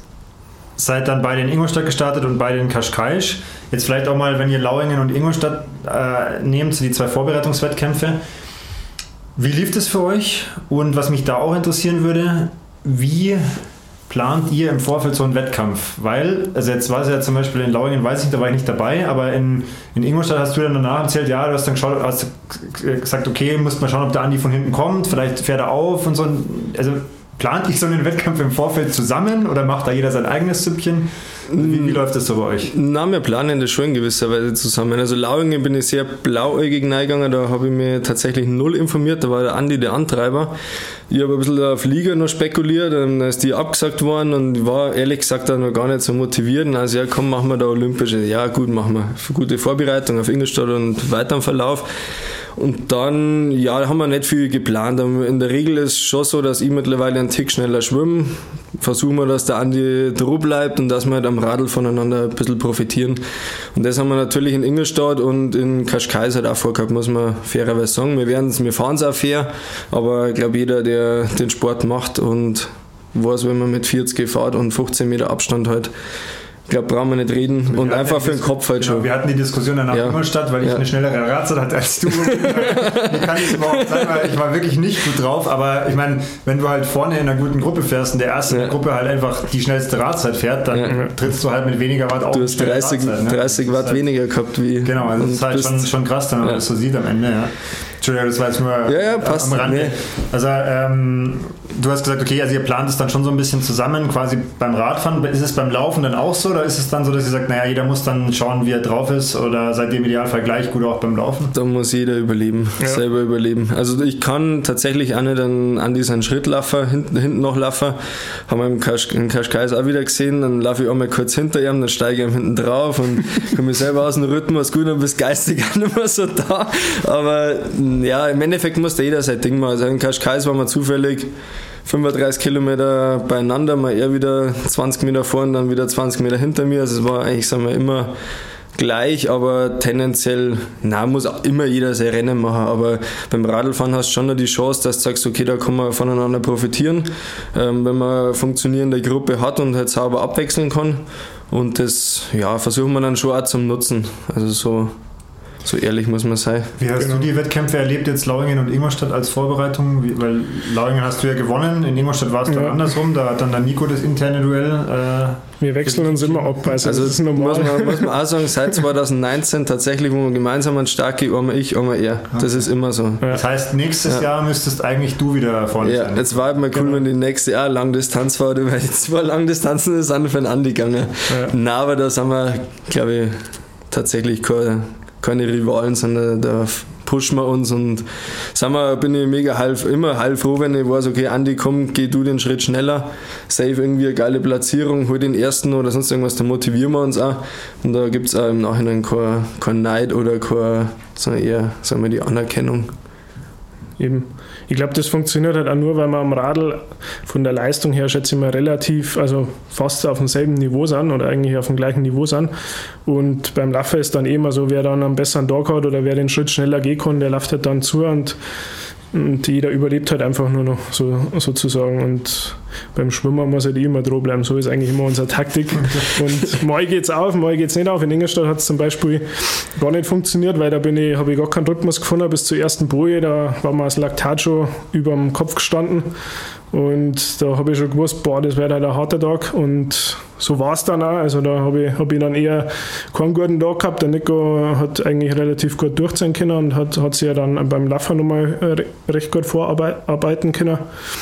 seid dann beide in Ingolstadt gestartet und beide in Cascais. Jetzt vielleicht auch mal, wenn ihr Lauingen und Ingolstadt äh, nehmt, die zwei Vorbereitungswettkämpfe. Wie lief das für euch? Und was mich da auch interessieren würde, wie plant ihr im Vorfeld so einen Wettkampf? Weil, also jetzt war es ja zum Beispiel in Lauingen, weiß ich, da war ich nicht dabei, aber in, in Ingolstadt hast du dann danach erzählt, ja, du hast dann geschaut, hast gesagt, okay, musst mal schauen, ob der Andi von hinten kommt, vielleicht fährt er auf und so. Also plant ich so einen Wettkampf im Vorfeld zusammen oder macht da jeder sein eigenes Süppchen? Wie, wie läuft das so bei euch? Na, wir planen das schon in gewisser Weise zusammen. Also Lauingen bin ich sehr blauäugig reingegangen, da habe ich mich tatsächlich null informiert, da war der Andi der Antreiber. Ich habe ein bisschen auf Liga noch spekuliert, dann ist die abgesagt worden und war ehrlich gesagt dann noch gar nicht so motiviert. Also ja, komm, machen wir da Olympische. Ja gut, machen wir. Für gute Vorbereitung auf Ingolstadt und weiter im Verlauf. Und dann, ja, haben wir nicht viel geplant. In der Regel ist es schon so, dass ich mittlerweile einen Tick schneller schwimme. Versuchen wir, dass der Andi dran bleibt und dass wir halt am Radl voneinander ein bisschen profitieren. Und das haben wir natürlich in Ingolstadt und in Cascais halt auch vorgehabt, muss man fairerweise sagen. Wir, wir fahren es auch fair, aber ich glaube, jeder, der den Sport macht und weiß, wenn man mit vierzig fährt und fünfzehn Meter Abstand halt, ich glaube, brauchen wir nicht reden und einfach für den Kopf halt genau, schon. Wir hatten die Diskussion danach ja. in Ingolstadt, weil ich ja. eine schnellere Radzeit hatte als du. Wie kann ich es überhaupt sagen, weil ich war wirklich nicht gut drauf, aber ich meine, wenn du halt vorne in einer guten Gruppe fährst und der erste ja. Gruppe halt einfach die schnellste Radzeit fährt, dann ja. trittst du halt mit weniger Watt auf. Du hast dreißig, Radzeit, ne? dreißig Watt halt, weniger gehabt wie. Genau, also das ist halt schon, schon krass, dann, wenn man ja. das so sieht am Ende. Ja. Entschuldigung, das war jetzt nur ja, ja, passt. am Rande. Nee. Also ähm, du hast gesagt, okay, also ihr plant es dann schon so ein bisschen zusammen, quasi beim Radfahren. Ist es beim Laufen dann auch so oder ist es dann so, dass ihr sagt, naja, jeder muss dann schauen, wie er drauf ist oder seid ihr im Idealfall gleich gut auch beim Laufen? Da muss jeder überleben, ja. selber überleben. Also ich kann tatsächlich auch nicht an, an diesen Schrittlaufer, hinten, hinten noch laufen. Haben wir im Cascais auch wieder gesehen, dann laufe ich auch mal kurz hinter ihm, dann steige ich ihm hinten drauf und komme mich selber aus dem Rhythmus gut und bist geistig auch nicht mehr so da. Aber ja, im Endeffekt muss da jeder sein Ding machen. Also in Cascais waren wir zufällig fünfunddreißig Kilometer beieinander, mal er wieder zwanzig Meter vorne, dann wieder zwanzig Meter hinter mir. Also es war eigentlich, sagen wir, immer gleich, aber tendenziell, na, muss immer jeder sein Rennen machen, aber beim Radlfahren hast du schon noch die Chance, dass du sagst, okay, da kann man voneinander profitieren, ähm, wenn man eine funktionierende Gruppe hat und halt sauber abwechseln kann, und das, ja, versuchen wir dann schon auch zum Nutzen, also so So ehrlich muss man sein. Wie hast genau. du die Wettkämpfe erlebt, jetzt Lauingen und Ingolstadt als Vorbereitung? Wie, weil Lauingen hast du ja gewonnen, in Ingolstadt war es dann ja. andersrum, da hat dann der Nico das interne Duell. Äh, wir wechseln uns immer ab, also, also das ist normal. Muss man, muss man auch sagen, seit zwanzig neunzehn tatsächlich, wo wir gemeinsam an Start gehen, einmal ich, einmal er. Das ist immer so. Ja. Das heißt, nächstes ja. Jahr müsstest eigentlich du wieder vorne ja, sein. Jetzt war halt mal cool, genau. wenn die nächste Jahr Langdistanz war, weil die zwei Langdistanzen sind für den Andi gegangen. Ja. Na, aber da sind wir, glaube ich, tatsächlich keine keine Rivalen, sondern da pushen wir uns, und sind wir, bin ich mega halb, immer halb froh, wenn ich weiß, okay, Andi, komm, geh du den Schritt schneller, save irgendwie eine geile Platzierung, hol den ersten oder sonst irgendwas, da motivieren wir uns auch, und da gibt es auch im Nachhinein kein, kein Neid oder kein, sondern eher, sagen wir, die Anerkennung. Eben. Ich glaube, das funktioniert halt auch nur, weil wir am Radl von der Leistung her, schätze ich mal, relativ, also fast auf demselben Niveau sind oder eigentlich auf dem gleichen Niveau sind. Und beim Laufen ist dann eh immer so, wer dann einen besseren Tag hat oder wer den Schritt schneller gehen kann, der läuft halt dann zu, und, und jeder überlebt halt einfach nur noch so, sozusagen. Und beim Schwimmen muss halt immer dran bleiben. So ist eigentlich immer unsere Taktik. Und mal geht's auf, mal geht's nicht auf. In Ingolstadt hat es zum Beispiel gar nicht funktioniert, weil da bin ich, habe ich gar keinen Rhythmus gefunden bis zur ersten Boje. Da war mir das Laktat schon über dem Kopf gestanden. Und da habe ich schon gewusst, boah, das wird halt ein harter Tag. Und so war es dann auch. Also da habe ich, hab ich dann eher keinen guten Tag gehabt. Der Nico hat eigentlich relativ gut durchziehen können und hat, hat sich ja dann beim Laufen nochmal recht gut vorarbeiten können.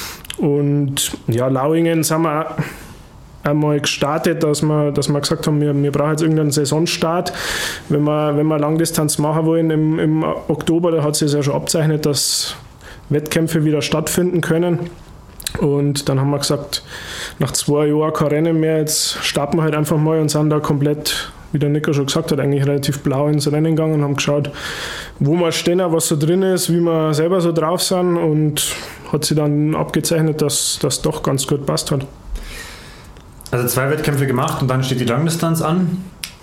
Und ja, Lauingen sind wir auch einmal gestartet, dass wir, dass wir gesagt haben, wir, wir brauchen jetzt irgendeinen Saisonstart. Wenn wir, wenn wir Langdistanz machen wollen im, im Oktober, da hat es sich ja schon abzeichnet, dass Wettkämpfe wieder stattfinden können. Und dann haben wir gesagt, nach zwei Jahren kein Rennen mehr, jetzt starten wir halt einfach mal und sind da komplett, wie der Nico schon gesagt hat, eigentlich relativ blau ins Rennen gegangen und haben geschaut, wo wir stehen, was so drin ist, wie wir selber so drauf sind, und hat sich dann abgezeichnet, dass das doch ganz gut passt hat. Also zwei Wettkämpfe gemacht und dann steht die Langdistanz an.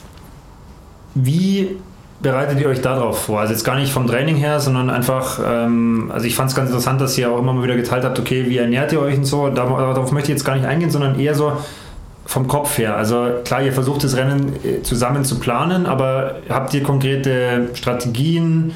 Wie bereitet ihr euch darauf vor? Also jetzt gar nicht vom Training her, sondern einfach, ähm, also ich fand es ganz interessant, dass ihr auch immer mal wieder geteilt habt, okay, wie ernährt ihr euch und so. Darauf möchte ich jetzt gar nicht eingehen, sondern eher so vom Kopf her. Also klar, ihr versucht das Rennen zusammen zu planen, aber habt ihr konkrete Strategien,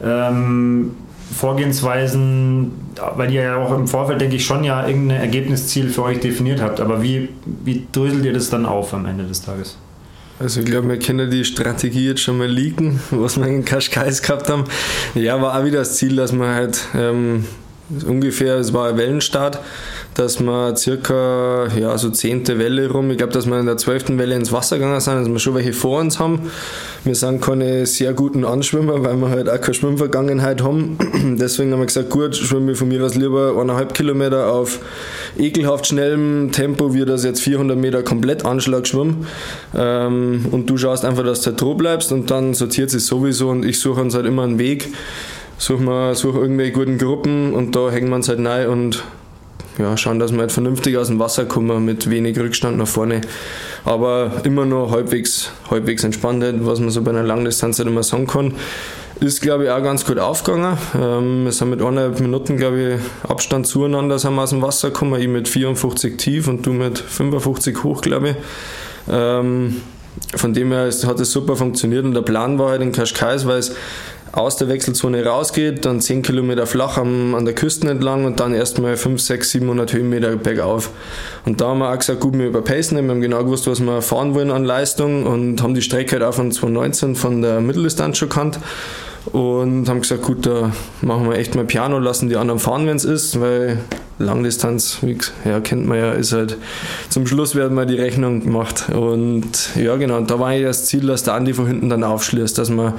ähm, Vorgehensweisen, weil ihr ja auch im Vorfeld, denke ich, schon ja irgendein Ergebnisziel für euch definiert habt, aber wie, wie dröselt ihr das dann auf am Ende des Tages? Also ich glaube, wir können die Strategie jetzt schon mal leaken, was wir in Cascais gehabt haben. Ja, war auch wieder das Ziel, dass man halt ähm, ungefähr, es war ein Wellenstart, dass wir circa ja, so zehnte Welle rum, ich glaube, dass wir in der zwölften Welle ins Wasser gegangen sind, dass wir schon welche vor uns haben. Wir sind keine sehr guten Anschwimmer, weil wir halt auch keine Schwimmvergangenheit haben. Deswegen haben wir gesagt, gut, schwimmen wir von mir aus lieber eineinhalb Kilometer auf ekelhaft schnellem Tempo, wie das jetzt vierhundert Meter komplett Anschlag schwimmen. Ähm, und du schaust einfach, dass du halt dran bleibst, und dann sortiert sich sowieso, und ich suche uns halt immer einen Weg, suche mal, suche irgendwelche guten Gruppen, und da hängen wir uns halt rein und ja, schauen, dass wir halt vernünftig aus dem Wasser kommen, mit wenig Rückstand nach vorne. Aber immer noch halbwegs, halbwegs entspannt, was man so bei einer Langdistanz halt immer sagen kann. Ist, glaube ich, auch ganz gut aufgegangen. Ähm, wir sind mit eineinhalb Minuten, glaube ich, Abstand zueinander sind wir aus dem Wasser gekommen. Ich mit vierundfünfzig tief und du mit fünfundfünfzig hoch, glaube ich. Ähm, von dem her ist, hat es super funktioniert, und der Plan war halt in Cascais, weil es aus der Wechselzone rausgeht, dann zehn Kilometer flach am, an der Küste entlang und dann erstmal fünfhundert, sechshundert, siebenhundert Höhenmeter bergauf. Und da haben wir auch gesagt, gut, wir überpacen, wir haben genau gewusst, was wir fahren wollen an Leistung, und haben die Strecke halt auch von zwanzig neunzehn von der Mitteldistanz schon gekannt. Und haben gesagt, gut, da machen wir echt mal Piano, lassen die anderen fahren, wenn es ist, weil Langdistanz, wie ja, kennt man ja, ist halt, zum Schluss werden mal die Rechnung gemacht. Und ja, genau, und da war eigentlich das Ziel, dass der Andi von hinten dann aufschließt, dass wir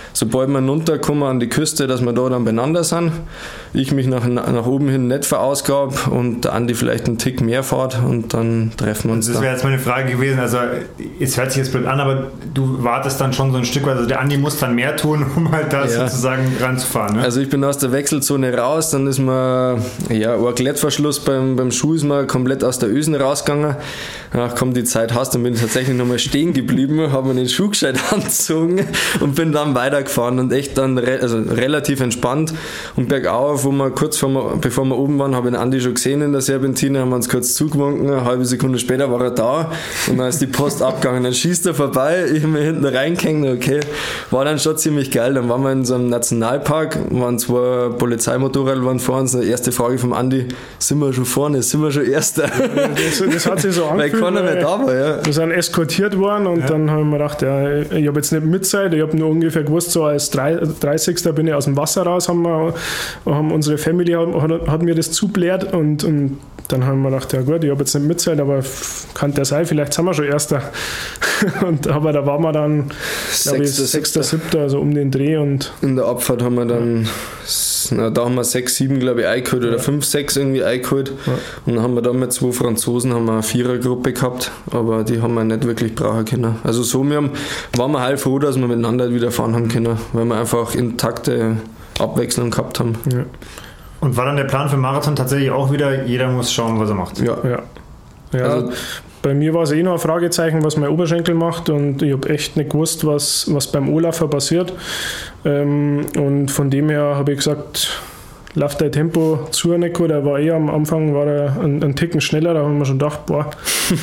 sobald wir runterkommen an die Küste, dass wir da dann beieinander sind. Ich mich nach, nach oben hin nicht verausgab und der Andi vielleicht einen Tick mehr fährt und dann treffen wir uns. Das wäre jetzt meine Frage gewesen, also es hört sich jetzt blöd an, aber du wartest dann schon so ein Stück weit, also der Andi muss dann mehr tun, um halt da ja. sozusagen ranzufahren. Ne? Also ich bin aus der Wechselzone raus, dann ist mir ja, ein Klettverschluss beim, beim Schuh ist mir komplett aus der Ösen rausgegangen. Ach komm, die Zeit hast, dann bin ich tatsächlich nochmal stehen geblieben, habe mir den Schuh gescheit angezogen und bin dann weitergefahren und echt dann re- also relativ entspannt und bergauf, wo wir kurz vor wir, bevor wir oben waren, habe ich den Andi schon gesehen in der Serpentine, haben wir uns kurz zugewunken, eine halbe Sekunde später war er da und dann ist die Post abgegangen, dann schießt er vorbei, ich mir hinten reingehängt, okay, war dann schon ziemlich geil, dann waren wir in so einem Nationalpark, waren zwei Polizeimotorräder waren vor uns, die erste Frage vom Andi, sind wir schon vorne, sind wir schon Erster? Das, das hat sich so angefühlt, weil keiner mehr da war, ja. Wir sind eskortiert worden und ja. dann haben wir gedacht, ja, ich habe jetzt nicht Mitzeit, ich habe nur ungefähr gewusst, so als dreißigster bin ich aus dem Wasser raus, haben wir, haben unsere Family hat, hat mir das zubläht und, und dann haben wir gedacht, ja gut, ich habe jetzt nicht Mitzeit, aber kann der sein, vielleicht sind wir schon Erster. Und, aber da waren wir dann, glaube ich, sechster, siebter, also um den Dreh. Und in der Abfahrt haben wir dann, na, da haben wir sechs, sieben, glaube ich, eingeholt oder fünf, sechs irgendwie eingeholt. Ja. Und dann haben wir da mit zwei Franzosen haben wir eine Vierergruppe gehabt, aber die haben wir nicht wirklich brauchen können. Also so wir haben, waren wir heilfroh, dass wir miteinander wieder fahren haben können, weil wir einfach intakte Abwechslung gehabt haben. Ja. Und war dann der Plan für Marathon tatsächlich auch wieder, jeder muss schauen, was er macht? Ja. ja. ja. Also, bei mir war es eh noch ein Fragezeichen, was mein Oberschenkel macht und ich habe echt nicht gewusst, was, was beim Olafer passiert. Ähm, und von dem her habe ich gesagt, lauf dein Tempo zu, Nico. Der war eh am Anfang war er einen, einen Ticken schneller, da haben wir schon gedacht, boah,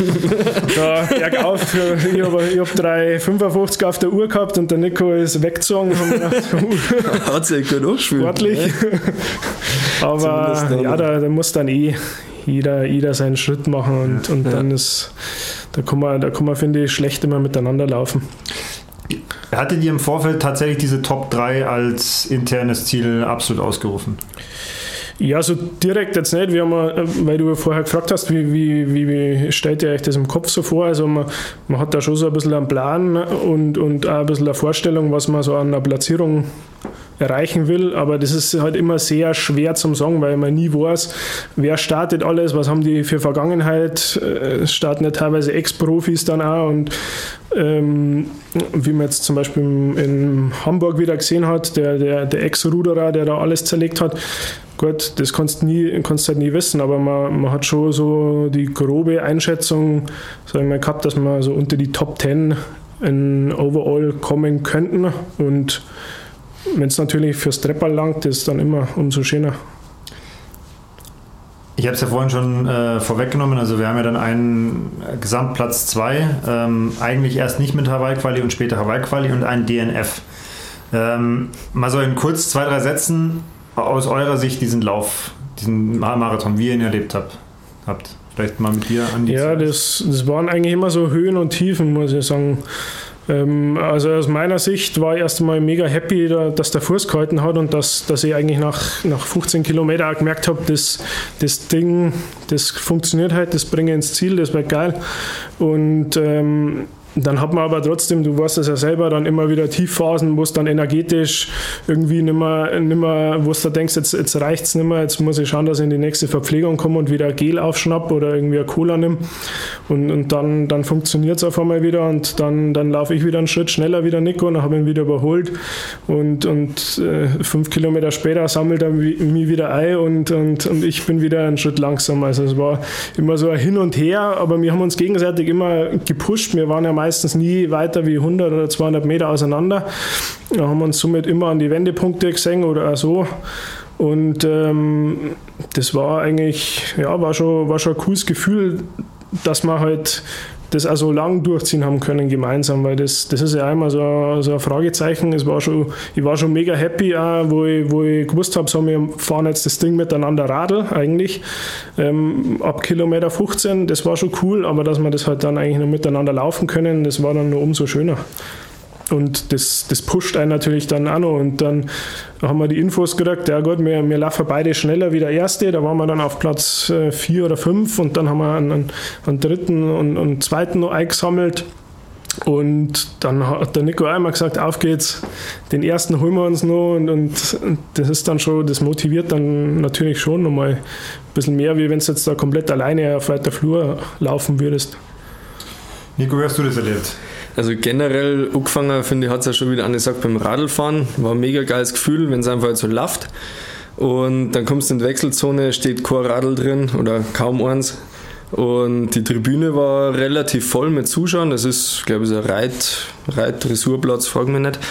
da bergauf, ich habe hab drei fünfundfünfzig auf der Uhr gehabt und der Nico ist weggezogen. Uh, hat sich gut angespielt. Sportlich. Ne? Aber ja, da, da muss dann eh Jeder, jeder seinen Schritt machen und, und ja. dann ist, da kann man, da kann man, finde ich, schlecht immer miteinander laufen. Hattet ihr im Vorfeld tatsächlich diese Top drei als internes Ziel absolut ausgerufen? Ja, so direkt jetzt nicht. Wir haben, weil du vorher gefragt hast, wie, wie, wie, wie stellt ihr euch das im Kopf so vor? Also man, man hat da schon so ein bisschen einen Plan und, und auch ein bisschen eine Vorstellung, was man so an einer Platzierung erreichen will, aber das ist halt immer sehr schwer zum sagen, weil man nie weiß, wer startet alles, was haben die für Vergangenheit, es starten ja teilweise Ex-Profis dann auch und ähm, wie man jetzt zum Beispiel in, in Hamburg wieder gesehen hat, der, der, der Ex-Ruderer, der da alles zerlegt hat, gut, das kannst du nie, kannst halt nie wissen, aber man, man hat schon so die grobe Einschätzung, sag ich mal, gehabt, dass man so unter die Top zehn in Overall kommen könnten und wenn es natürlich fürs Treppal langt, ist dann immer umso schöner. Ich habe es ja vorhin schon äh, vorweggenommen, also wir haben ja dann einen Gesamtplatz zwei, ähm, eigentlich erst nicht mit Hawaii-Quali und später Hawaii-Quali und einen D N F. Ähm, mal so in kurz zwei, drei Sätzen aus eurer Sicht diesen Lauf, diesen Marathon, wie ihr ihn erlebt habt. habt. Vielleicht mal mit dir, Andi. Ja, das, das waren eigentlich immer so Höhen und Tiefen, muss ich sagen. Also aus meiner Sicht war ich erst einmal mega happy, dass der Fuß gehalten hat und dass, dass ich eigentlich nach, nach fünfzehn Kilometern auch gemerkt habe, das, das Ding, das funktioniert halt, das bringe ich ins Ziel, das wird geil. Und ähm, dann hat man aber trotzdem, du weißt das ja selber, dann immer wieder Tiefphasen, wo es dann energetisch irgendwie nicht mehr, nicht mehr wo du denkst, jetzt, jetzt reicht es nicht mehr, jetzt muss ich schauen, dass ich in die nächste Verpflegung komme und wieder Gel aufschnapp oder irgendwie eine Cola nimm. Und, und dann, dann funktioniert es auf einmal wieder und dann, dann laufe ich wieder einen Schritt schneller wie der Nico und habe ihn wieder überholt. Und, und äh, fünf Kilometer später sammelt er mich wieder ein und, und, und ich bin wieder einen Schritt langsam. Also es war immer so ein Hin und Her, aber wir haben uns gegenseitig immer gepusht. Wir waren ja meistens nie weiter wie hundert oder zweihundert Meter auseinander. Da haben wir uns somit immer an die Wendepunkte gesehen oder auch so. Und ähm, das war eigentlich, ja, war schon, war schon ein cooles Gefühl, dass wir halt das auch so lang durchziehen haben können gemeinsam, weil das, das ist ja einmal so, so ein Fragezeichen. Es war schon, ich war schon mega happy, auch, wo, ich, wo ich gewusst habe, so, wir fahren jetzt das Ding miteinander Radl eigentlich ähm, ab Kilometer fünfzehn, das war schon cool, aber dass wir das halt dann eigentlich noch miteinander laufen können, das war dann nur umso schöner. Und das, das pusht einen natürlich dann auch noch. Und dann haben wir die Infos gekriegt, ja gut, wir, wir laufen beide schneller wie der Erste. Da waren wir dann auf Platz vier oder fünf und dann haben wir einen, einen dritten und einen zweiten noch eingesammelt. Und dann hat der Nico einmal gesagt, auf geht's, den ersten holen wir uns noch und, und das ist dann schon, das motiviert dann natürlich schon nochmal ein bisschen mehr, wie wenn du jetzt da komplett alleine auf weiter Flur laufen würdest. Nico, wie hast du das erlebt? Also generell angefangen, finde ich, hat es ja schon wieder angesagt beim Radlfahren. War ein mega geiles Gefühl, wenn es einfach so läuft. Und dann kommst du in die Wechselzone, steht kein Radl drin oder kaum eins. Und die Tribüne war relativ voll mit Zuschauern. Das ist, glaube ich, so ein Reit, Reit-Dressurplatz, frag mich nicht.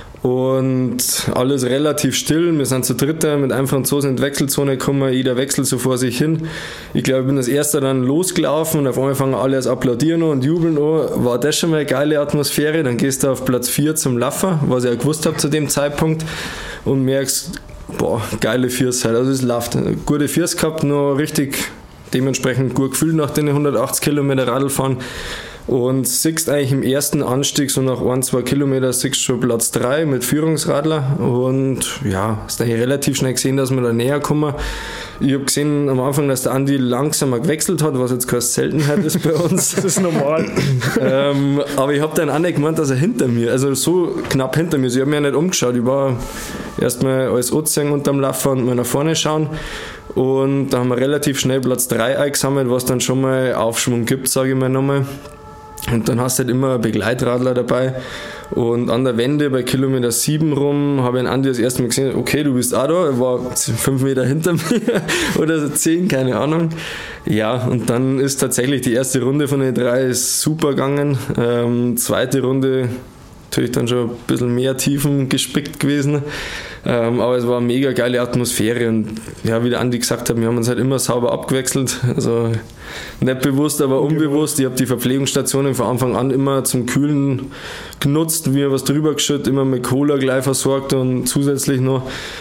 Und alles relativ still. Wir sind zu dritter mit einem Franzosen in die Wechselzone gekommen. Jeder wechselt so vor sich hin. Ich glaube, ich bin das erste dann losgelaufen und auf einmal fangen alle als applaudieren und jubeln an. War das schon mal eine geile Atmosphäre. Dann gehst du auf Platz vier zum Laffer, was ich ja gewusst habe zu dem Zeitpunkt. Und merkst, boah, geile Vierzeit. Also es läuft. Gute Viers gehabt, noch richtig dementsprechend gut gefühlt nach den hundertachtzig Kilometer Radlfahren. Und siehst eigentlich im ersten Anstieg, so nach ein, zwei Kilometer, siehst schon Platz drei mit Führungsradler. Und ja, hast eigentlich relativ schnell gesehen, dass wir da näher kommen. Ich habe gesehen am Anfang, dass der Andi langsamer gewechselt hat, was jetzt keine Seltenheit ist bei uns. Das ist normal. ähm, aber ich habe dann auch nicht gemeint, dass er hinter mir, also so knapp hinter mir ist. Ich habe mich ja nicht umgeschaut. Ich war erstmal als Ozean unterm Laufen und mal nach vorne schauen. Und da haben wir relativ schnell Platz drei eingesammelt, was dann schon mal Aufschwung gibt, sage ich mal nochmal. Und dann hast du halt immer einen Begleitradler dabei. Und an der Wende bei Kilometer sieben rum habe ich einen Andi das erste Mal gesehen, okay, du bist auch da, er war fünf Meter hinter mir oder zehn, keine Ahnung. Ja, und dann ist tatsächlich die erste Runde von den drei ist super gegangen. Ähm, zweite Runde natürlich dann schon ein bisschen mehr Tiefen gespickt gewesen. Ähm, aber es war eine mega geile Atmosphäre und ja, wie der Andi gesagt hat, wir haben uns halt immer sauber abgewechselt. Also nicht bewusst, aber unbewusst. Ich habe die Verpflegungsstationen von Anfang an immer zum Kühlen genutzt, mir was drüber geschüttet, immer mit Cola gleich versorgt und zusätzlich noch.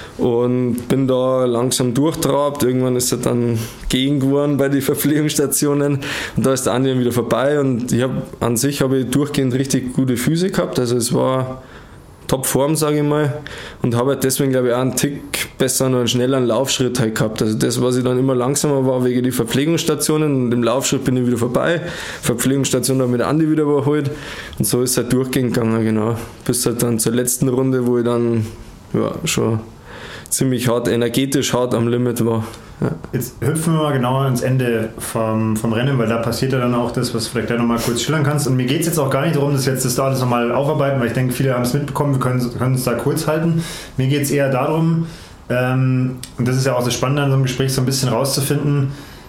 Und bin da langsam durchtrabt. Irgendwann ist er dann gegen geworden bei den Verpflegungsstationen und da ist der Andi dann wieder vorbei und ich habe an sich habe ich durchgehend richtig gute Füße gehabt. Also es war Topform, sage ich mal, und habe halt deswegen, glaube ich, auch einen Tick besser und einen schnelleren Laufschritt halt gehabt. Also das, was ich dann immer langsamer war, wegen die Verpflegungsstationen, und im Laufschritt bin ich wieder vorbei, Verpflegungsstation habe ich mit Andi wieder überholt und so ist es halt durchgehend gegangen, genau. Bis halt dann zur letzten Runde, wo ich dann ja, schon ziemlich hart, energetisch hart am Limit war. Ja. Jetzt hüpfen wir mal genauer ans Ende vom, vom Rennen, weil da passiert ja dann auch das, was du vielleicht gleich nochmal kurz schildern kannst. Und mir geht es jetzt auch gar nicht darum, dass wir jetzt das da alles nochmal aufarbeiten, weil ich denke, viele haben es mitbekommen, wir können, können uns da kurz halten. Mir geht es eher darum, ähm, und das ist ja auch das Spannende an so einem Gespräch, so ein bisschen rauszufinden,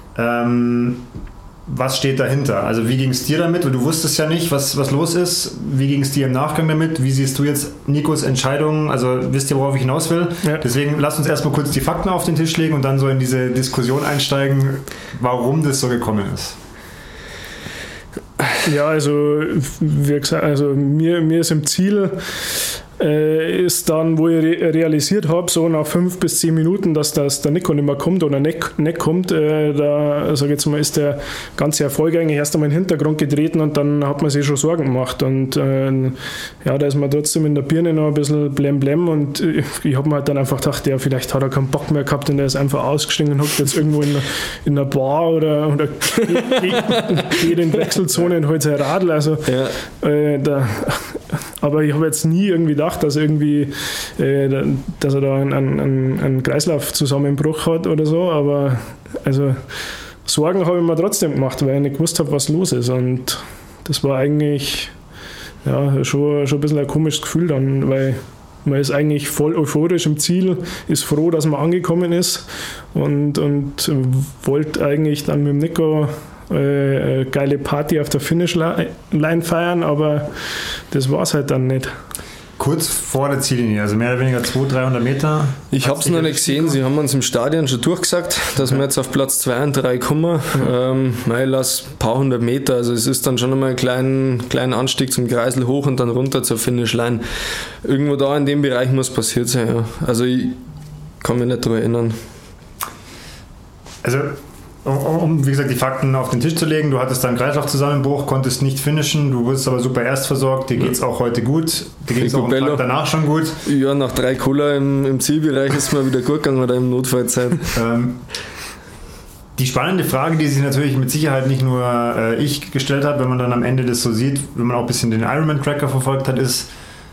ähm, was steht dahinter? Also wie ging es dir damit? Weil du wusstest ja nicht, was, was los ist. Wie ging es dir im Nachgang damit? Wie siehst du jetzt Nikos Entscheidung? Also wisst ihr, worauf ich hinaus will? Ja. Deswegen lasst uns erstmal kurz die Fakten auf den Tisch legen und dann so in diese Diskussion einsteigen, warum das so gekommen ist. Ja, also wie gesagt, also mir, mir ist im Ziel äh, ist dann, wo ich re- realisiert habe, so nach fünf bis zehn Minuten, dass das der Nico nicht mehr kommt oder nicht, nicht kommt, äh, da sag ich jetzt mal, ist der ganze Erfolg eigentlich erst einmal in den Hintergrund getreten und dann hat man sich schon Sorgen gemacht und äh, ja, da ist man trotzdem in der Birne noch ein bisschen blem blem und ich, ich habe mir halt dann einfach gedacht, ja, vielleicht hat er keinen Bock mehr gehabt und er ist einfach ausgestiegen und hockt jetzt irgendwo in einer, in einer Bar oder, oder geht in Wechselzone und holt sein Radl, also ja. äh, da, aber ich habe jetzt nie irgendwie gedacht, dass irgendwie, äh, dass er da einen, einen, einen Kreislaufzusammenbruch hat oder so, aber also Sorgen habe ich mir trotzdem gemacht, weil ich nicht gewusst habe, was los ist und das war eigentlich ja, schon, schon ein bisschen ein komisches Gefühl dann, weil man ist eigentlich voll euphorisch im Ziel, ist froh, dass man angekommen ist und, und wollte eigentlich dann mit dem Nico äh, geile Party auf der Finishline feiern, aber das war es halt dann nicht. Kurz vor der Ziellinie, also mehr oder weniger zweihundert, dreihundert Meter. Ich habe es noch nicht gesehen, sie haben uns im Stadion schon durchgesagt, dass ja. wir jetzt auf Platz zwei und drei kommen. Ja. Ähm, ich lasse ein paar hundert Meter, also es ist dann schon einmal ein kleiner kleinen Anstieg zum Kreisel hoch und dann runter zur Finishline. Irgendwo da in dem Bereich muss passiert sein, ja. Also ich kann mich nicht daran erinnern. Also Um, um, wie gesagt, die Fakten auf den Tisch zu legen, du hattest dann Kreislaufzusammenbruch, konntest nicht finishen, du wurdest aber super erstversorgt, dir geht es auch heute gut, dir ging es auch am Tag danach schon gut. Ja, nach drei Cola im, im Zielbereich ist es mir wieder gut gegangen oder im Notfallzeit. ähm, Die spannende Frage, die sich natürlich mit Sicherheit nicht nur äh, ich gestellt habe, wenn man dann am Ende das so sieht, wenn man auch ein bisschen den Ironman-Tracker verfolgt hat, ist,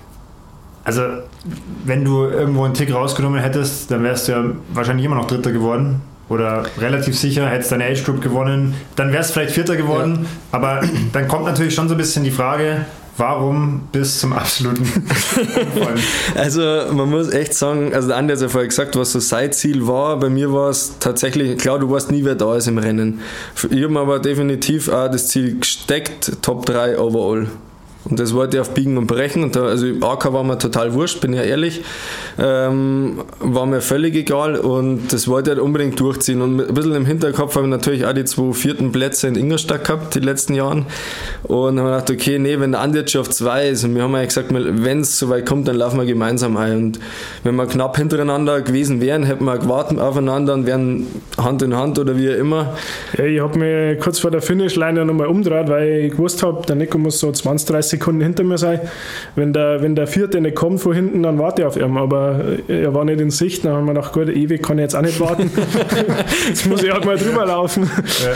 also wenn du irgendwo einen Tick rausgenommen hättest, dann wärst du ja wahrscheinlich immer noch Dritter geworden oder relativ sicher, hättest deine Age Group gewonnen, dann wärst du vielleicht Vierter geworden, ja. Aber dann kommt natürlich schon so ein bisschen die Frage, warum bis zum absoluten Umfallen? Also man muss echt sagen, also der Andi hat ja vorher gesagt, was so sein Ziel war. Bei mir war es tatsächlich, klar, du weißt nie, wer da ist im Rennen. Ich habe mir aber definitiv auch das Ziel gesteckt, Top drei overall. Und das wollte ich auf Biegen und Brechen. Und da, also A K war mir total wurscht, bin ja ehrlich. Ähm, war mir völlig egal und das wollte ich halt unbedingt durchziehen. Und ein bisschen im Hinterkopf habe ich natürlich auch die zwei vierten Plätze in Ingolstadt gehabt, die letzten Jahren. Und dann habe ich gedacht, okay, nee, wenn der Andi jetzt schon auf zwei ist, und wir haben ja gesagt, wenn es so weit kommt, dann laufen wir gemeinsam ein. Und wenn wir knapp hintereinander gewesen wären, hätten wir gewartet aufeinander und wären Hand in Hand oder wie immer. Ja, ich habe mich kurz vor der Finishline nochmal umgedreht, weil ich gewusst habe, der Nico muss so zwanzig, dreißig Sekunden hinter mir sein. Wenn der, wenn der Vierte nicht kommt von hinten, dann warte ich auf ihn. Aber er war nicht in Sicht. Dann haben wir gedacht, gut, ewig kann ich jetzt auch nicht warten. Jetzt muss ich auch mal drüber laufen.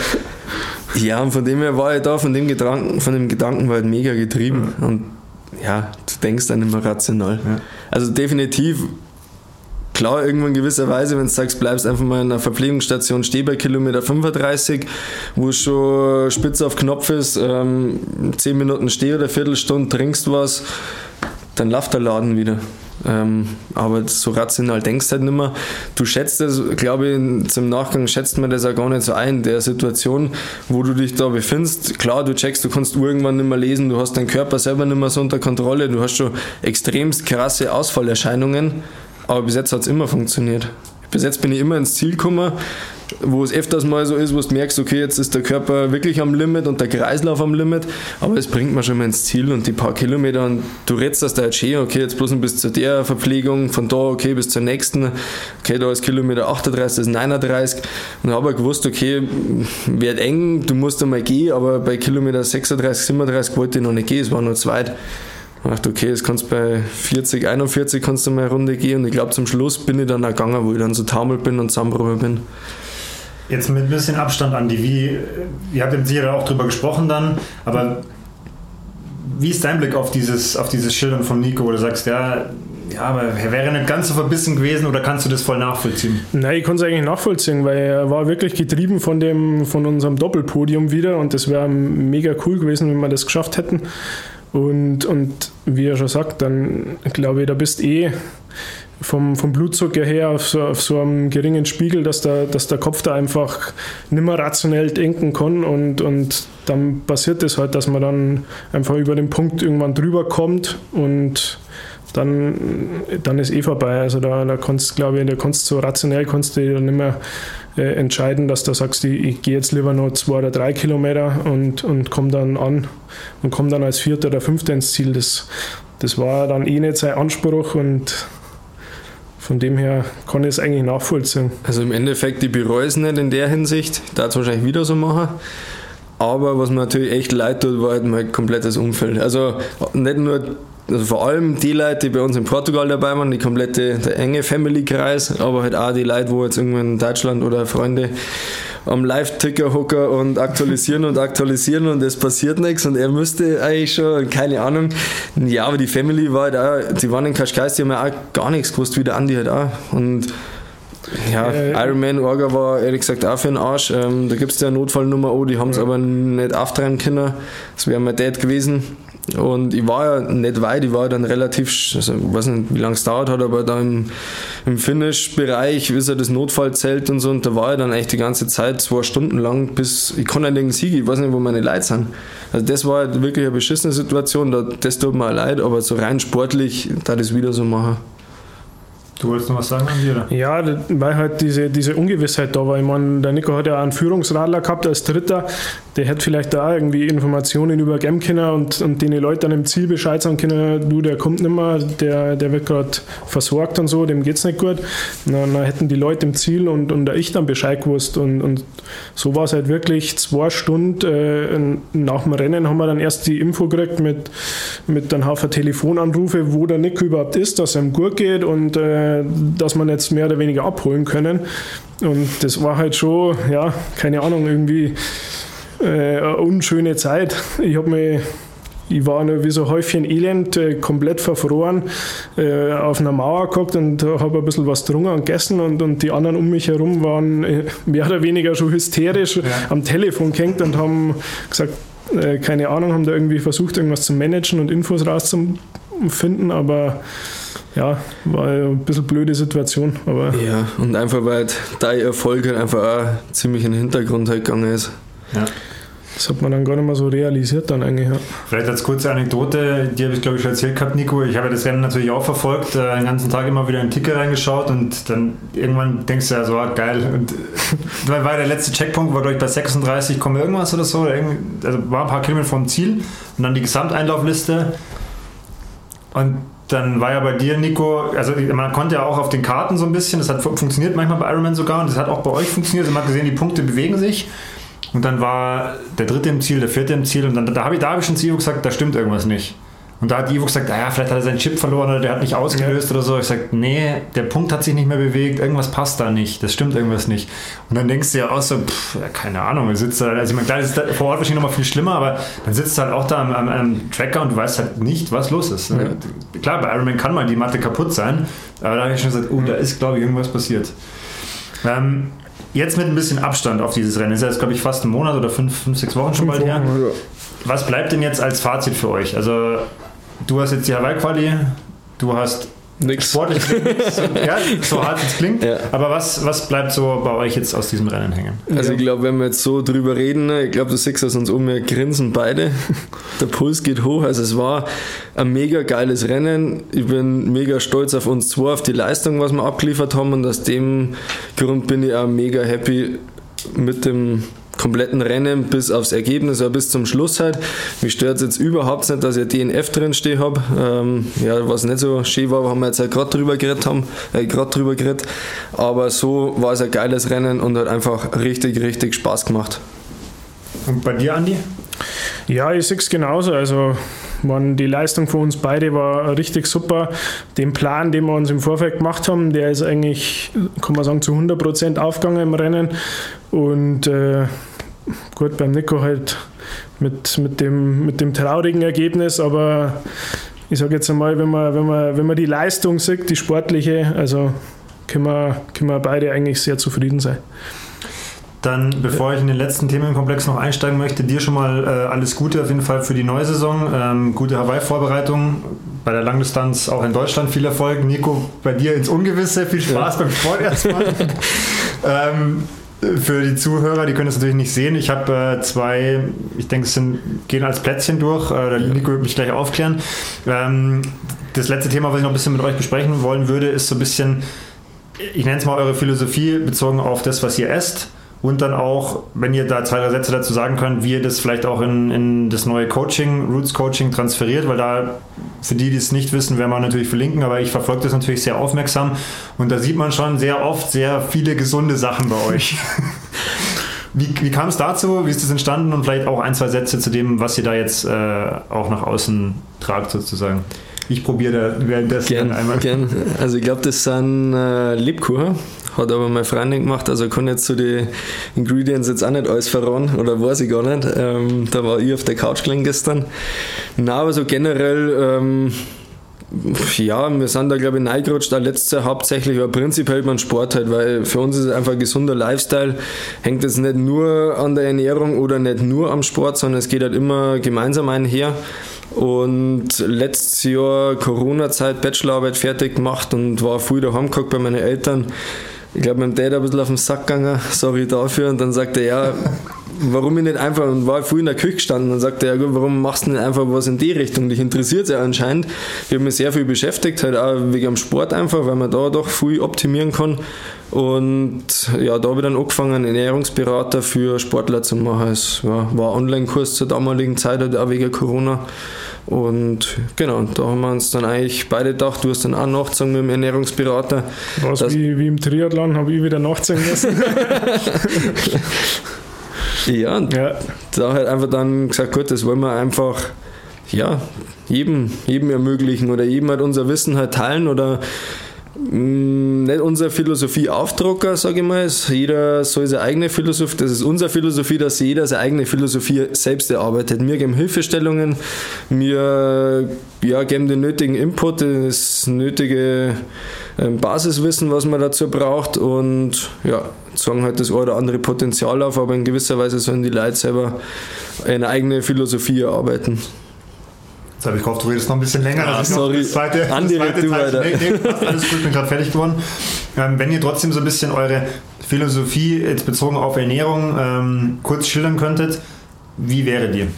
Ja. Ja, und von dem her war ich da, von dem Gedanken, von dem Gedanken war halt mega getrieben. Mhm. Und ja, du denkst dann immer rational. Ja. Also definitiv, klar, irgendwann in gewisser Weise, wenn du sagst, bleibst einfach mal in einer Verpflegungsstation stehen bei Kilometer fünfunddreißig, wo es schon spitz auf Knopf ist, ähm, zehn Minuten steh oder eine Viertelstunde, trinkst was, dann läuft der Laden wieder. Ähm, aber so rational denkst halt nicht mehr. Du schätzt das, glaube ich, zum Nachgang schätzt man das auch gar nicht so ein, in der Situation, wo du dich da befindest. Klar, du checkst, du kannst irgendwann nicht mehr lesen, du hast deinen Körper selber nicht mehr so unter Kontrolle, du hast schon extremst krasse Ausfallerscheinungen, aber bis jetzt hat es immer funktioniert. Bis jetzt bin ich immer ins Ziel gekommen, wo es öfters mal so ist, wo du merkst, okay, jetzt ist der Körper wirklich am Limit und der Kreislauf am Limit, aber es bringt mir schon mal ins Ziel und die paar Kilometer und du redest das da jetzt schön, okay, jetzt bloß bis zu der Verpflegung, von da, okay, bis zur nächsten, okay, da ist Kilometer achtunddreißig, das ist neununddreißig und habe gewusst, okay, wird eng, du musst einmal gehen, aber bei Kilometer sechsunddreißig, siebenunddreißig wollte ich noch nicht gehen, es war nur zu weit. Ich dachte, okay, jetzt kannst du bei vierzig, einundvierzig kannst du mal eine Runde gehen und ich glaube, zum Schluss bin ich dann auch gegangen, wo ich dann so taumelt bin und zusammengebrochen bin. Jetzt mit ein bisschen Abstand, Andi, wie, ihr habt mit Sicherheit auch drüber gesprochen dann, aber wie ist dein Blick auf dieses, auf dieses Schildern von Nico, wo du sagst, ja, ja, aber er wäre nicht ganz so verbissen gewesen oder kannst du das voll nachvollziehen? Nein, ich kann es eigentlich nachvollziehen, weil er war wirklich getrieben von, dem, von unserem Doppelpodium wieder und das wäre mega cool gewesen, wenn wir das geschafft hätten. Und, und wie er schon sagt, dann glaube ich, da bist eh vom, vom Blutzucker her auf so, auf so einem geringen Spiegel, dass der, dass der Kopf da einfach nicht mehr rationell denken kann und, und dann passiert es halt, dass man dann einfach über den Punkt irgendwann drüber kommt und dann, dann ist eh vorbei. Also da, da kannst glaube ich, da kannst so rationell kannst du dann nicht mehr äh, entscheiden, dass du sagst, ich, ich gehe jetzt lieber noch zwei oder drei Kilometer und, und komme dann an und komme dann als Vierter oder Fünfter ins Ziel. Das, das war dann eh nicht sein Anspruch und von dem her kann ich es eigentlich nachvollziehen. Also im Endeffekt, ich bereue es nicht in der Hinsicht. Ich darf es wahrscheinlich wieder so machen. Aber was mir natürlich echt leid tut, war halt mein komplettes Umfeld. Also nicht nur, also vor allem die Leute, die bei uns in Portugal dabei waren, die komplette, der enge Family-Kreis, aber halt auch die Leute, wo jetzt irgendwo in Deutschland oder Freunde am Live-Ticker hocken und aktualisieren und aktualisieren und es passiert nichts und er müsste eigentlich schon, keine Ahnung. Ja, aber die Family war halt auch, die waren in Cascais, die haben ja auch gar nichts gewusst, wie der Andi halt auch. Und ja, äh, Ironman Orga war ehrlich gesagt auch für den Arsch. Ähm, da gibt es ja eine Notfallnummer, oh, die haben es ja. aber nicht auftreiben können. Das wäre mein Dad gewesen. Und ich war ja nicht weit, ich war dann relativ, also ich weiß nicht, wie lange es dauert hat, aber da im, im Finish-Bereich ist ja das Notfallzelt und so, und da war ich dann eigentlich die ganze Zeit zwei Stunden lang, bis ich konnte nicht Sieg, ich weiß nicht, wo meine Leute sind. Also das war halt wirklich eine beschissene Situation, das tut mir leid, aber so rein sportlich, da das wieder so machen. Du wolltest noch was sagen, Andi, oder? Ja, weil halt diese, diese Ungewissheit da war. Ich meine, der Nico hat ja auch einen Führungsradler gehabt als Dritter. Der hätte vielleicht da irgendwie Informationen übergeben können und, und den Leuten dann im Ziel Bescheid sagen können, du, der kommt nicht mehr, der, der wird gerade versorgt und so, dem geht's nicht gut. Dann, dann hätten die Leute im Ziel und, und ich dann Bescheid gewusst. Und, und so war es halt wirklich zwei Stunden äh, nach dem Rennen haben wir dann erst die Info gekriegt mit, mit einem Haufen Telefonanrufe, wo der Nico überhaupt ist, dass es ihm gut geht und äh, äh, dass man jetzt mehr oder weniger abholen können. Und das war halt schon, ja, keine Ahnung, irgendwie äh, eine unschöne Zeit. Ich habe mich Ich war nur wie so ein Häufchen Elend, äh, komplett verfroren, äh, auf einer Mauer gehockt und habe ein bisschen was getrunken und gegessen und, und die anderen um mich herum waren äh, mehr oder weniger schon hysterisch ja. am Telefon gehängt und haben gesagt, äh, keine Ahnung, haben da irgendwie versucht, irgendwas zu managen und Infos rauszufinden, aber ja, war ein bisschen eine blöde Situation. Aber ja, und einfach, weil dein Erfolg halt einfach auch ziemlich in den Hintergrund halt gegangen ist. Ja. Das hat man dann gar nicht mehr so realisiert dann eigentlich. Ja. Vielleicht als kurze Anekdote, die habe ich glaube ich schon erzählt gehabt, Nico. Ich habe ja das Rennen natürlich auch verfolgt, äh, den ganzen Tag immer wieder in den Ticker reingeschaut und dann irgendwann denkst du ja so, ah, geil. Und dann war der letzte Checkpunkt, war glaube ich bei sechsunddreißig, irgendwas oder so, oder also war ein paar Kilometer vom Ziel und dann die Gesamteinlaufliste und dann war ja bei dir, Nico, also man konnte ja auch auf den Karten so ein bisschen, das hat funktioniert manchmal bei Ironman sogar und das hat auch bei euch funktioniert, man hat gesehen, die Punkte bewegen sich. Und dann war der dritte im Ziel, der vierte im Ziel und dann da habe ich, da hab ich schon zu Ivo gesagt, da stimmt irgendwas nicht. Und da hat Ivo gesagt, naja, vielleicht hat er seinen Chip verloren oder der hat nicht ausgelöst ja. oder so. Ich sage, nee, der Punkt hat sich nicht mehr bewegt, irgendwas passt da nicht, das stimmt irgendwas nicht. Und dann denkst du ja auch so, pff, keine Ahnung, du sitzt da, also ich meine, klar, das ist da vor Ort wahrscheinlich noch mal viel schlimmer, aber dann sitzt du halt auch da am, am, am Tracker und du weißt halt nicht, was los ist. Ja. Klar, bei Ironman kann mal die Matte kaputt sein, aber da habe ich schon gesagt, oh, da ist, glaube ich, irgendwas passiert. Ähm, Jetzt mit ein bisschen Abstand auf dieses Rennen. Das ist ja jetzt, glaube ich, fast ein Monat oder fünf, fünf sechs Wochen schon bald her. Was bleibt denn jetzt als Fazit für euch? Also, du hast jetzt die Hawaii-Quali, du hast nix. Sportlich nichts. Ja, so hart es klingt. Ja. Aber was, was bleibt so bei euch jetzt aus diesem Rennen hängen? Also ich glaube, wenn wir jetzt so drüber reden, ich glaube, du siehst, dass uns um wir grinsen beide. Der Puls geht hoch. Also es war ein mega geiles Rennen. Ich bin mega stolz auf uns zwei, auf die Leistung, was wir abgeliefert haben. Und aus dem Grund bin ich auch mega happy mit dem kompletten Rennen bis aufs Ergebnis, aber bis zum Schluss halt. Mich stört es jetzt überhaupt nicht, dass ich D N F drin stehen habe. Ähm, ja, was nicht so schön war, haben wir jetzt halt gerade drüber geredet haben, äh, gerade drüber geredet. Aber so war es ein geiles Rennen und hat einfach richtig, richtig Spaß gemacht. Und bei dir, Andi? Ja, ich sehe es genauso. Also man, die Leistung von uns beide war richtig super. Den Plan, den wir uns im Vorfeld gemacht haben, der ist eigentlich, kann man sagen, zu hundert Prozent aufgegangen im Rennen. Und äh, gut, beim Nico halt mit, mit, dem, mit dem traurigen Ergebnis, aber ich sage jetzt einmal, wenn man, wenn, man, wenn man die Leistung sieht, die sportliche, also können wir, können wir beide eigentlich sehr zufrieden sein. Dann, bevor ich in den letzten Themenkomplex noch einsteigen möchte, dir schon mal äh, alles Gute auf jeden Fall für die neue Saison. Ähm, gute Hawaii-Vorbereitung, bei der Langdistanz auch in Deutschland viel Erfolg. Nico, bei dir ins Ungewisse, viel Spaß ja. beim Sport erstmal. ähm, für die Zuhörer, die können das natürlich nicht sehen. Ich habe äh, zwei, ich denke, es sind, gehen als Plätzchen durch. Äh, der Nico wird mich gleich aufklären. Ähm, das letzte Thema, was ich noch ein bisschen mit euch besprechen wollen würde, ist so ein bisschen, ich nenne es mal eure Philosophie bezogen auf das, was ihr esst. Und dann auch, wenn ihr da zwei, drei Sätze dazu sagen könnt, wie ihr das vielleicht auch in, in das neue Coaching, Roots Coaching transferiert, weil da, für die, die es nicht wissen, werden wir natürlich verlinken, aber ich verfolge das natürlich sehr aufmerksam und da sieht man schon sehr oft sehr viele gesunde Sachen bei euch. Wie, wie kam es dazu? Wie ist das entstanden? Und vielleicht auch ein, zwei Sätze zu dem, was ihr da jetzt äh, auch nach außen tragt sozusagen. Ich probiere da währenddessen gern, einmal. Gern. Also ich glaube, das sind äh, Lebkuchen. Hat aber meine Freundin gemacht, also kann jetzt so die Ingredients jetzt auch nicht alles verraten, oder weiß ich gar nicht. Ähm, da war ich auf der Couch gelegen gestern. Na, aber so generell, ähm, ja, wir sind da glaube ich reingerutscht, auch letztes Jahr hauptsächlich, aber prinzipiell beim Sport halt, weil für uns ist es einfach ein gesunder Lifestyle, hängt jetzt nicht nur an der Ernährung oder nicht nur am Sport, sondern es geht halt immer gemeinsam einher. Und letztes Jahr Corona-Zeit, Bachelorarbeit fertig gemacht und war früh daheim gehockt bei meinen Eltern. Ich glaube, meinem Dad ein bisschen auf den Sack gegangen, sorry dafür. Und dann sagte er, ja, warum ich nicht einfach, und war früh in der Küche gestanden, und dann sagte er, ja gut, warum machst du nicht einfach was in die Richtung? Dich interessiert es ja anscheinend. Ich habe mich sehr viel beschäftigt, halt auch wegen dem Sport einfach, weil man da doch viel optimieren kann. Und ja, da habe ich dann angefangen, einen Ernährungsberater für Sportler zu machen. Es war, war ein Online-Kurs zur damaligen Zeit, halt auch wegen Corona. Und genau, da haben wir uns dann eigentlich beide gedacht, du hast dann auch nachgezogen mit dem Ernährungsberater. Was wie, wie im Triathlon, habe ich wieder nachziehen müssen. ja, und ja, da halt einfach dann gesagt, gut, das wollen wir einfach ja, jedem, jedem ermöglichen oder jedem halt unser Wissen halt teilen oder Nicht unsere Philosophie Aufdrucker, sage ich mal. Jeder soll seine eigene Philosophie, das ist unsere Philosophie, dass jeder seine eigene Philosophie selbst erarbeitet. Wir geben Hilfestellungen, wir ja, geben den nötigen Input, das nötige ähm, Basiswissen, was man dazu braucht und ja, sagen halt das eine oder andere Potenzial auf, aber in gewisser Weise sollen die Leute selber eine eigene Philosophie erarbeiten. Jetzt habe ich gehofft, du redest noch ein bisschen länger. Ah, sorry. Das zweite, Andi, das zweite du weiter. Nee, nee, passt, alles gut, bin gerade fertig geworden. Ähm, wenn ihr trotzdem so ein bisschen eure Philosophie jetzt bezogen auf Ernährung ähm, kurz schildern könntet, wie wäre die?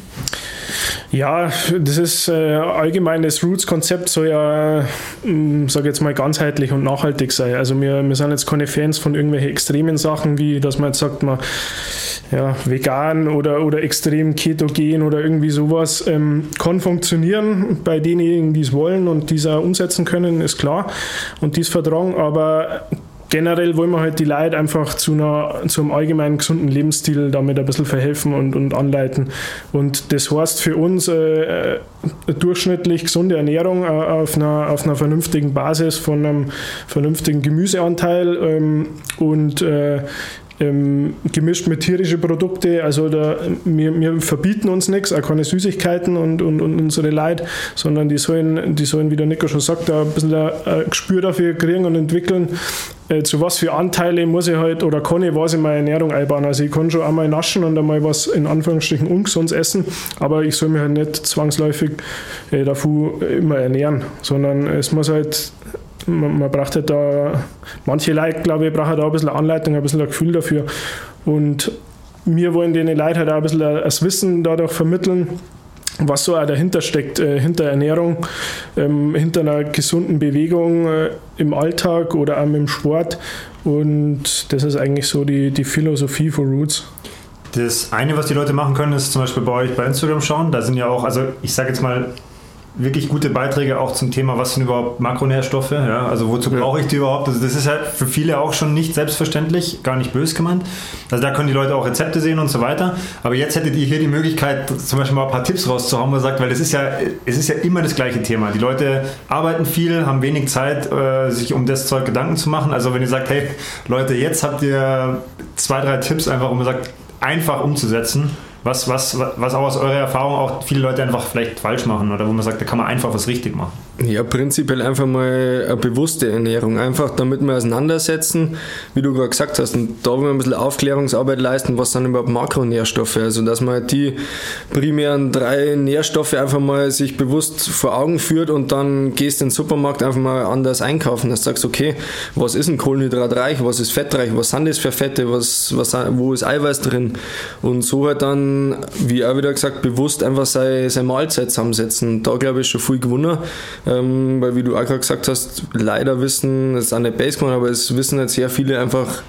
Ja, das ist äh, allgemein, das Roots-Konzept soll ja, ähm, sage jetzt mal, ganzheitlich und nachhaltig sein. Also wir, wir sind jetzt keine Fans von irgendwelchen extremen Sachen, wie dass man jetzt sagt, man ja, vegan oder, oder extrem ketogen oder irgendwie sowas. Ähm, kann funktionieren bei denjenigen, die es wollen und die es auch umsetzen können, ist klar und die es vertragen, aber generell wollen wir halt die Leute einfach zu, einer, zu einem allgemeinen gesunden Lebensstil damit ein bisschen verhelfen und, und anleiten. Und das heißt für uns äh, durchschnittlich gesunde Ernährung äh, auf, einer, auf einer vernünftigen Basis von einem vernünftigen Gemüseanteil ähm, und äh, Ähm, gemischt mit tierischen Produkten, also da, wir, wir verbieten uns nichts, auch keine Süßigkeiten und, und, und unsere Leute, sondern die sollen, die sollen, wie der Nico schon sagt, da ein bisschen ein Gespür dafür kriegen und entwickeln, äh, zu was für Anteile muss ich halt oder kann ich was in meine Ernährung einbauen. Also ich kann schon einmal naschen und einmal was in Anführungsstrichen ungesundes essen, aber ich soll mich halt nicht zwangsläufig äh, davon immer ernähren, sondern es muss halt Man, man braucht halt da, manche Leute, glaube ich, brauchen da ein bisschen Anleitung, ein bisschen ein Gefühl dafür. Und wir wollen den Leuten halt auch ein bisschen das Wissen dadurch vermitteln, was so auch dahinter steckt, äh, hinter Ernährung, ähm, hinter einer gesunden Bewegung äh, im Alltag oder auch im Sport. Und das ist eigentlich so die, die Philosophie von Roots. Das eine, was die Leute machen können, ist zum Beispiel bei euch bei Instagram schauen. Da sind ja auch, also ich sage jetzt mal, wirklich gute Beiträge auch zum Thema, was sind überhaupt Makronährstoffe, ja, also wozu ja. brauche ich die überhaupt, also das ist halt für viele auch schon nicht selbstverständlich, gar nicht böse gemeint, also da können die Leute auch Rezepte sehen und so weiter, aber jetzt hättet ihr hier die Möglichkeit, zum Beispiel mal ein paar Tipps rauszuhauen, wo ihr sagt, weil das ist ja, es ist ja immer das gleiche Thema, die Leute arbeiten viel, haben wenig Zeit, äh, sich um das Zeug Gedanken zu machen, also wenn ihr sagt, hey Leute, jetzt habt ihr zwei, drei Tipps einfach, um sagt, einfach umzusetzen, Was, was, was auch aus eurer Erfahrung auch viele Leute einfach vielleicht falsch machen oder wo man sagt, da kann man einfach was richtig machen? Ja, prinzipiell einfach mal eine bewusste Ernährung, einfach damit wir auseinandersetzen, wie du gerade gesagt hast, und da wollen wir ein bisschen Aufklärungsarbeit leisten, was sind überhaupt Makronährstoffe, also dass man die primären drei Nährstoffe einfach mal sich bewusst vor Augen führt und dann gehst in den Supermarkt einfach mal anders einkaufen, dass du sagst, okay, was ist ein Kohlenhydratreich, was ist fettreich, was sind das für Fette, was, was, wo ist Eiweiß drin und so halt dann, wie auch wieder gesagt, bewusst einfach seine, seine Mahlzeit zusammensetzen. Da glaube ich schon viel gewonnen, ähm, weil wie du auch gerade gesagt hast, leider wissen, das ist auch nicht base geworden, aber es wissen jetzt sehr viele einfach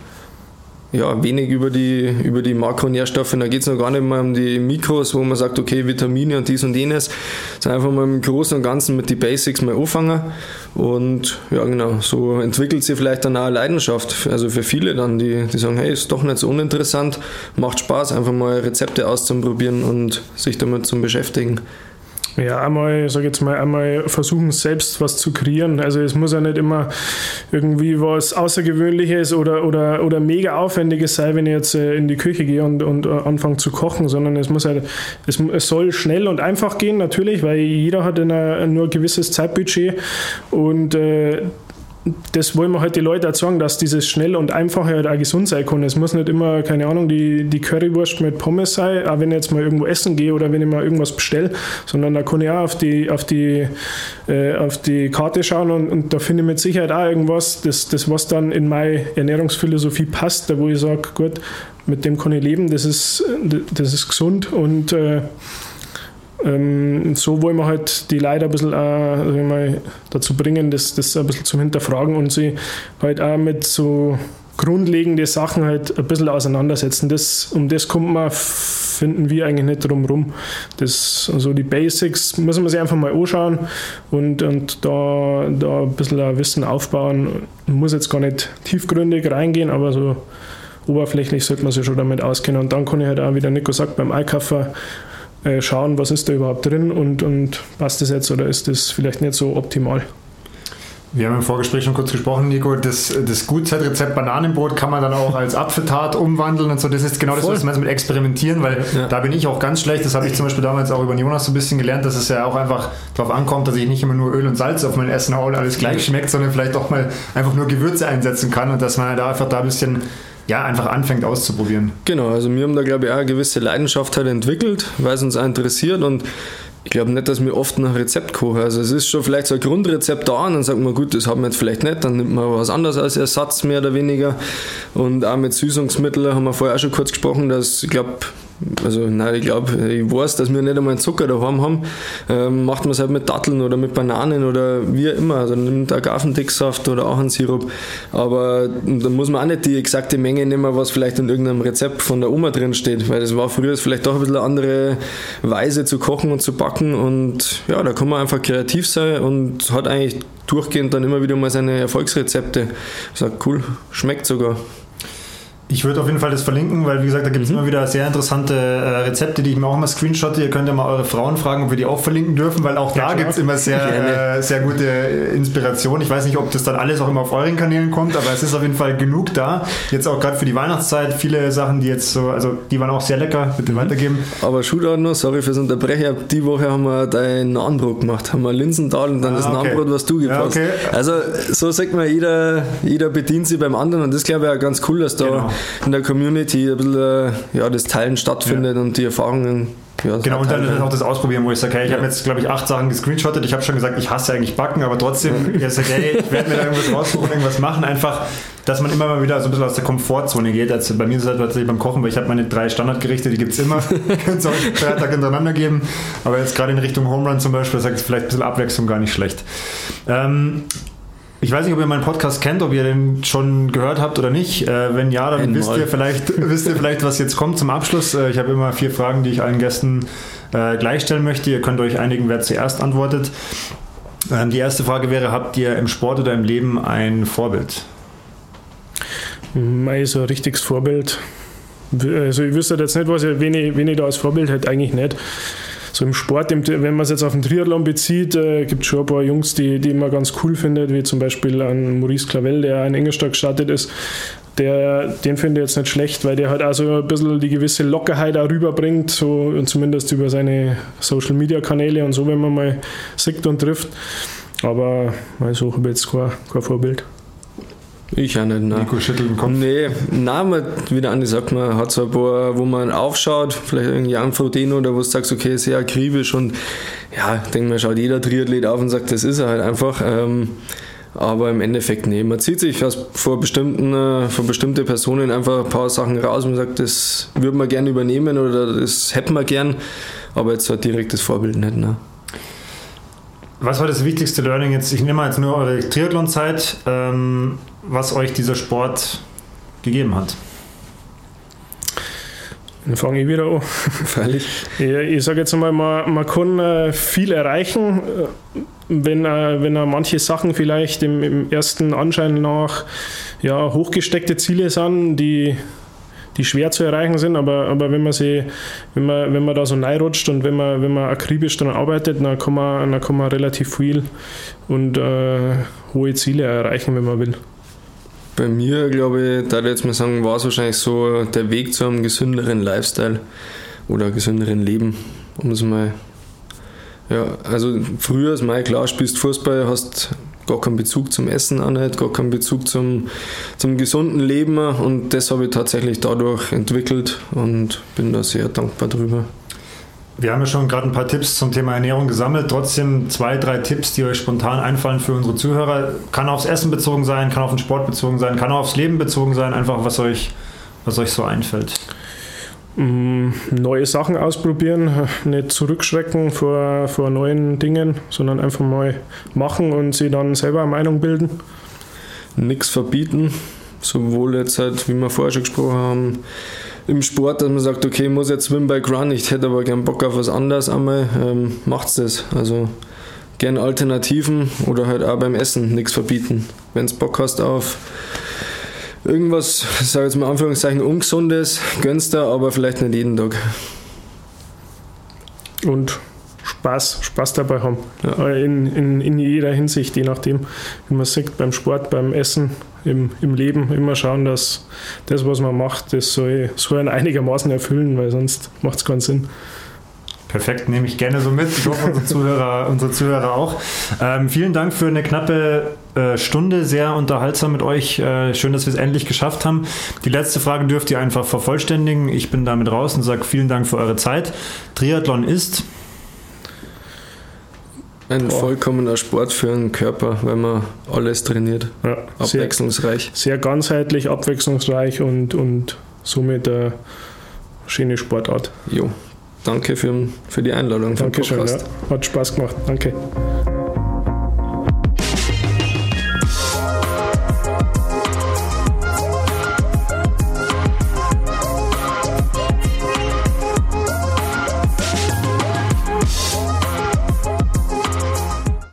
ja, wenig über die, über die Makronährstoffe. Da geht es noch gar nicht mal um die Mikros, wo man sagt, okay, Vitamine und dies und jenes, sondern einfach mal im Großen und Ganzen mit den Basics mal anfangen. Und ja, genau, so entwickelt sich vielleicht dann auch eine Leidenschaft. Also für viele dann, die, die sagen, hey, ist doch nicht so uninteressant, macht Spaß, einfach mal Rezepte auszuprobieren und sich damit zu beschäftigen. Ja, einmal, sag jetzt mal, einmal versuchen, selbst was zu kreieren. Also es muss ja nicht immer irgendwie was Außergewöhnliches oder, oder, oder mega Aufwendiges sein, wenn ich jetzt in die Küche gehe und, und anfange zu kochen, sondern es muss halt, es, es soll schnell und einfach gehen, natürlich, weil jeder hat eine, nur ein gewisses Zeitbudget und äh, das wollen wir halt die Leute auch sagen, dass dieses schnell und einfache halt auch gesund sein kann. Es muss nicht immer, keine Ahnung, die, die Currywurst mit Pommes sein, auch wenn ich jetzt mal irgendwo essen gehe oder wenn ich mal irgendwas bestelle, sondern da kann ich auch auf die, auf die, äh, auf die Karte schauen und, und da finde ich mit Sicherheit auch irgendwas, das, das was dann in meine Ernährungsphilosophie passt, da wo ich sage, gut, mit dem kann ich leben, das ist, das ist gesund und äh, Ähm, so wollen wir halt die Leute ein bisschen äh, mal dazu bringen, das, das ein bisschen zum Hinterfragen und sie halt auch mit so grundlegenden Sachen halt ein bisschen auseinandersetzen. Das, um das kommt man, finden wir eigentlich nicht drum rum. Das, also die Basics müssen wir sich einfach mal anschauen und, und da, da ein bisschen Wissen aufbauen. Man muss jetzt gar nicht tiefgründig reingehen, aber so oberflächlich sollte man sich schon damit auskennen. Und dann kann ich halt auch, wie der Nico sagt, beim Einkaufen schauen, was ist da überhaupt drin und, und passt das jetzt oder ist das vielleicht nicht so optimal. Wir haben im Vorgespräch schon kurz gesprochen, Nico, das, das Gutzeitrezept Bananenbrot kann man dann auch als Apfeltat umwandeln und so. Das ist genau das, Voll. was man mit experimentieren, weil ja. da bin ich auch ganz schlecht. Das habe ich zum Beispiel damals auch über den Jonas so ein bisschen gelernt, dass es ja auch einfach darauf ankommt, dass ich nicht immer nur Öl und Salz auf mein Essen haue und alles gleich schmeckt, sondern vielleicht auch mal einfach nur Gewürze einsetzen kann und dass man da einfach da ein bisschen ja, einfach anfängt auszuprobieren. Genau, also wir haben da glaube ich auch eine gewisse Leidenschaft halt entwickelt, weil es uns auch interessiert und ich glaube nicht, dass wir oft nach Rezept kochen. Also es ist schon vielleicht so ein Grundrezept da und dann sagt man, gut, das haben wir jetzt vielleicht nicht, dann nimmt man was anderes als Ersatz, mehr oder weniger. Und auch mit Süßungsmitteln haben wir vorher auch schon kurz gesprochen, dass ich glaube, also nein, ich glaube, ich weiß, dass wir nicht einmal Zucker daheim haben, ähm, macht man es halt mit Datteln oder mit Bananen oder wie immer, also nimmt Agavendicksaft oder auch einen Sirup, aber da muss man auch nicht die exakte Menge nehmen, was vielleicht in irgendeinem Rezept von der Oma drin steht, weil das war früher vielleicht doch ein bisschen eine andere Weise zu kochen und zu backen und ja, da kann man einfach kreativ sein und hat eigentlich durchgehend dann immer wieder mal seine Erfolgsrezepte. Ich sage, cool, schmeckt sogar. Ich würde auf jeden Fall das verlinken, weil wie gesagt, da gibt es mhm. immer wieder sehr interessante äh, Rezepte, die ich mir auch mal screenshotte. Ihr könnt ja mal eure Frauen fragen, ob wir die auch verlinken dürfen, weil auch da ja, gibt es immer sehr, äh, sehr gute Inspiration. Ich weiß nicht, ob das dann alles auch immer auf euren Kanälen kommt, aber es ist auf jeden Fall genug da. Jetzt auch gerade für die Weihnachtszeit viele Sachen, die jetzt so, also die waren auch sehr lecker, bitte weitergeben. Aber Shootout noch, sorry fürs Unterbrechen, die Woche haben wir dein Nahenbrot gemacht, haben wir Linsenthal und dann ah, das okay. Nahenbrot, was du gepasst. Ja, okay. Also so sagt man, jeder, jeder bedient sich beim anderen und das glaube ich auch ganz cool, dass da genau. in der Community ein bisschen ja, das Teilen stattfindet ja. und die Erfahrungen. Ja, genau, und dann ist auch das Ausprobieren, wo ich sage, hey, ich ja. habe jetzt, glaube ich, acht Sachen gescreenshottet. Ich habe schon gesagt, ich hasse eigentlich Backen, aber trotzdem, ich sage, hey, ich werde mir da irgendwas raussuchen, irgendwas machen. Einfach, dass man immer mal wieder so ein bisschen aus der Komfortzone geht. Also bei mir ist es halt tatsächlich beim Kochen, weil ich habe meine drei Standardgerichte, die gibt es immer. Können es auch drei Tage hintereinander geben. Aber jetzt gerade in Richtung Home Run zum Beispiel, sage ich vielleicht ein bisschen Abwechslung gar nicht schlecht. Ähm, Ich weiß nicht, ob ihr meinen Podcast kennt, ob ihr den schon gehört habt oder nicht. Äh, wenn ja, dann wisst ihr, vielleicht, wisst ihr vielleicht, was jetzt kommt zum Abschluss. Äh, ich habe immer vier Fragen, die ich allen Gästen äh, gleichstellen möchte. Ihr könnt euch einigen, wer zuerst antwortet. Ähm, die erste Frage wäre, habt ihr im Sport oder im Leben ein Vorbild? Mein so ein richtiges Vorbild. Also ich wüsste jetzt nicht, was ich, wen, ich, wen ich da als Vorbild hätte, eigentlich nicht. So im Sport, wenn man es jetzt auf den Triathlon bezieht, äh, gibt es schon ein paar Jungs, die, die man ganz cool findet, wie zum Beispiel an Maurice Clavel, der in Ingolstadt gestartet ist. Der, den finde ich jetzt nicht schlecht, weil der halt auch so ein bisschen die gewisse Lockerheit auch rüberbringt, so, zumindest über seine Social-Media-Kanäle und so, wenn man mal sieht und trifft. Aber also habe ich jetzt kein, kein Vorbild. Ich auch nicht, nein. Nico schüttelt den Kopf. Nee, nein, man, wie der Andi sagt, man hat so ein paar, wo man aufschaut, vielleicht irgendwie Jan Frodeno, oder wo du sagst, okay, sehr akribisch und ja, ich denke, man schaut jeder Triathlet auf und sagt, das ist er halt einfach. Ähm, aber im Endeffekt, nee, man zieht sich vor bestimmten, äh, vor bestimmte Personen einfach ein paar Sachen raus und sagt, das würde man gerne übernehmen oder das hätten wir gern, aber jetzt so ein direktes Vorbild nicht, ne. Was war das wichtigste Learning jetzt? Ich nehme mal jetzt nur eure Triathlon-Zeit, ähm, was euch dieser Sport gegeben hat. Dann fange ich wieder an. Freilich. Ja, ich sage jetzt einmal, man, man kann äh, viel erreichen, wenn, äh, wenn äh, manche Sachen vielleicht im, im ersten Anschein nach ja, hochgesteckte Ziele sind, die die schwer zu erreichen sind, aber, aber wenn man sie, wenn man, wenn man da so reinrutscht und wenn man, wenn man akribisch daran arbeitet, dann kann man, dann kann man relativ viel und äh, hohe Ziele erreichen, wenn man will. Bei mir, glaube ich, da ich jetzt mal sagen, war es wahrscheinlich so der Weg zu einem gesünderen Lifestyle oder gesünderen Leben, um es mal, ja, also früher ist mal klar, spielst Fußball, hast gar keinen Bezug zum Essen auch nicht, gar keinen Bezug zum, zum gesunden Leben und das habe ich tatsächlich dadurch entwickelt und bin da sehr dankbar drüber. Wir haben ja schon gerade ein paar Tipps zum Thema Ernährung gesammelt, trotzdem zwei, drei Tipps, die euch spontan einfallen für unsere Zuhörer. Kann aufs Essen bezogen sein, kann auf den Sport bezogen sein, kann auch aufs Leben bezogen sein, einfach was euch, was euch so einfällt. Neue Sachen ausprobieren, nicht zurückschrecken vor, vor neuen Dingen, sondern einfach mal machen und sich dann selber eine Meinung bilden. Nichts verbieten, sowohl jetzt halt, wie wir vorher schon gesprochen haben, im Sport, dass man sagt, okay, ich muss jetzt Swimbike Run, ich hätte aber gern Bock auf was anderes einmal, ähm, macht's das. Also gern Alternativen oder halt auch beim Essen nichts verbieten. Wenn du Bock hast auf irgendwas, ich sage jetzt mal in Anführungszeichen, Ungesundes, gönnst du, aber vielleicht nicht jeden Tag. Und Spaß, Spaß dabei haben. Ja. In, in, in jeder Hinsicht, je nachdem, wie man sieht, beim Sport, beim Essen, im, im Leben, immer schauen, dass das, was man macht, das soll, soll einen einigermaßen erfüllen, weil sonst macht es keinen Sinn. Perfekt, nehme ich gerne so mit. Ich hoffe, unsere Zuhörer, unsere Zuhörer auch. Ähm, vielen Dank für eine knappe äh, Stunde, sehr unterhaltsam mit euch. Äh, schön, dass wir es endlich geschafft haben. Die letzte Frage dürft ihr einfach vervollständigen. Ich bin damit raus und sage vielen Dank für eure Zeit. Triathlon ist ein Boah. vollkommener Sport für den Körper, weil man alles trainiert. Ja, abwechslungsreich. Sehr, sehr ganzheitlich, abwechslungsreich und, und somit eine schöne Sportart. Jo. Danke für, für die Einladung. Dankeschön, ja. Hat Spaß gemacht. Danke.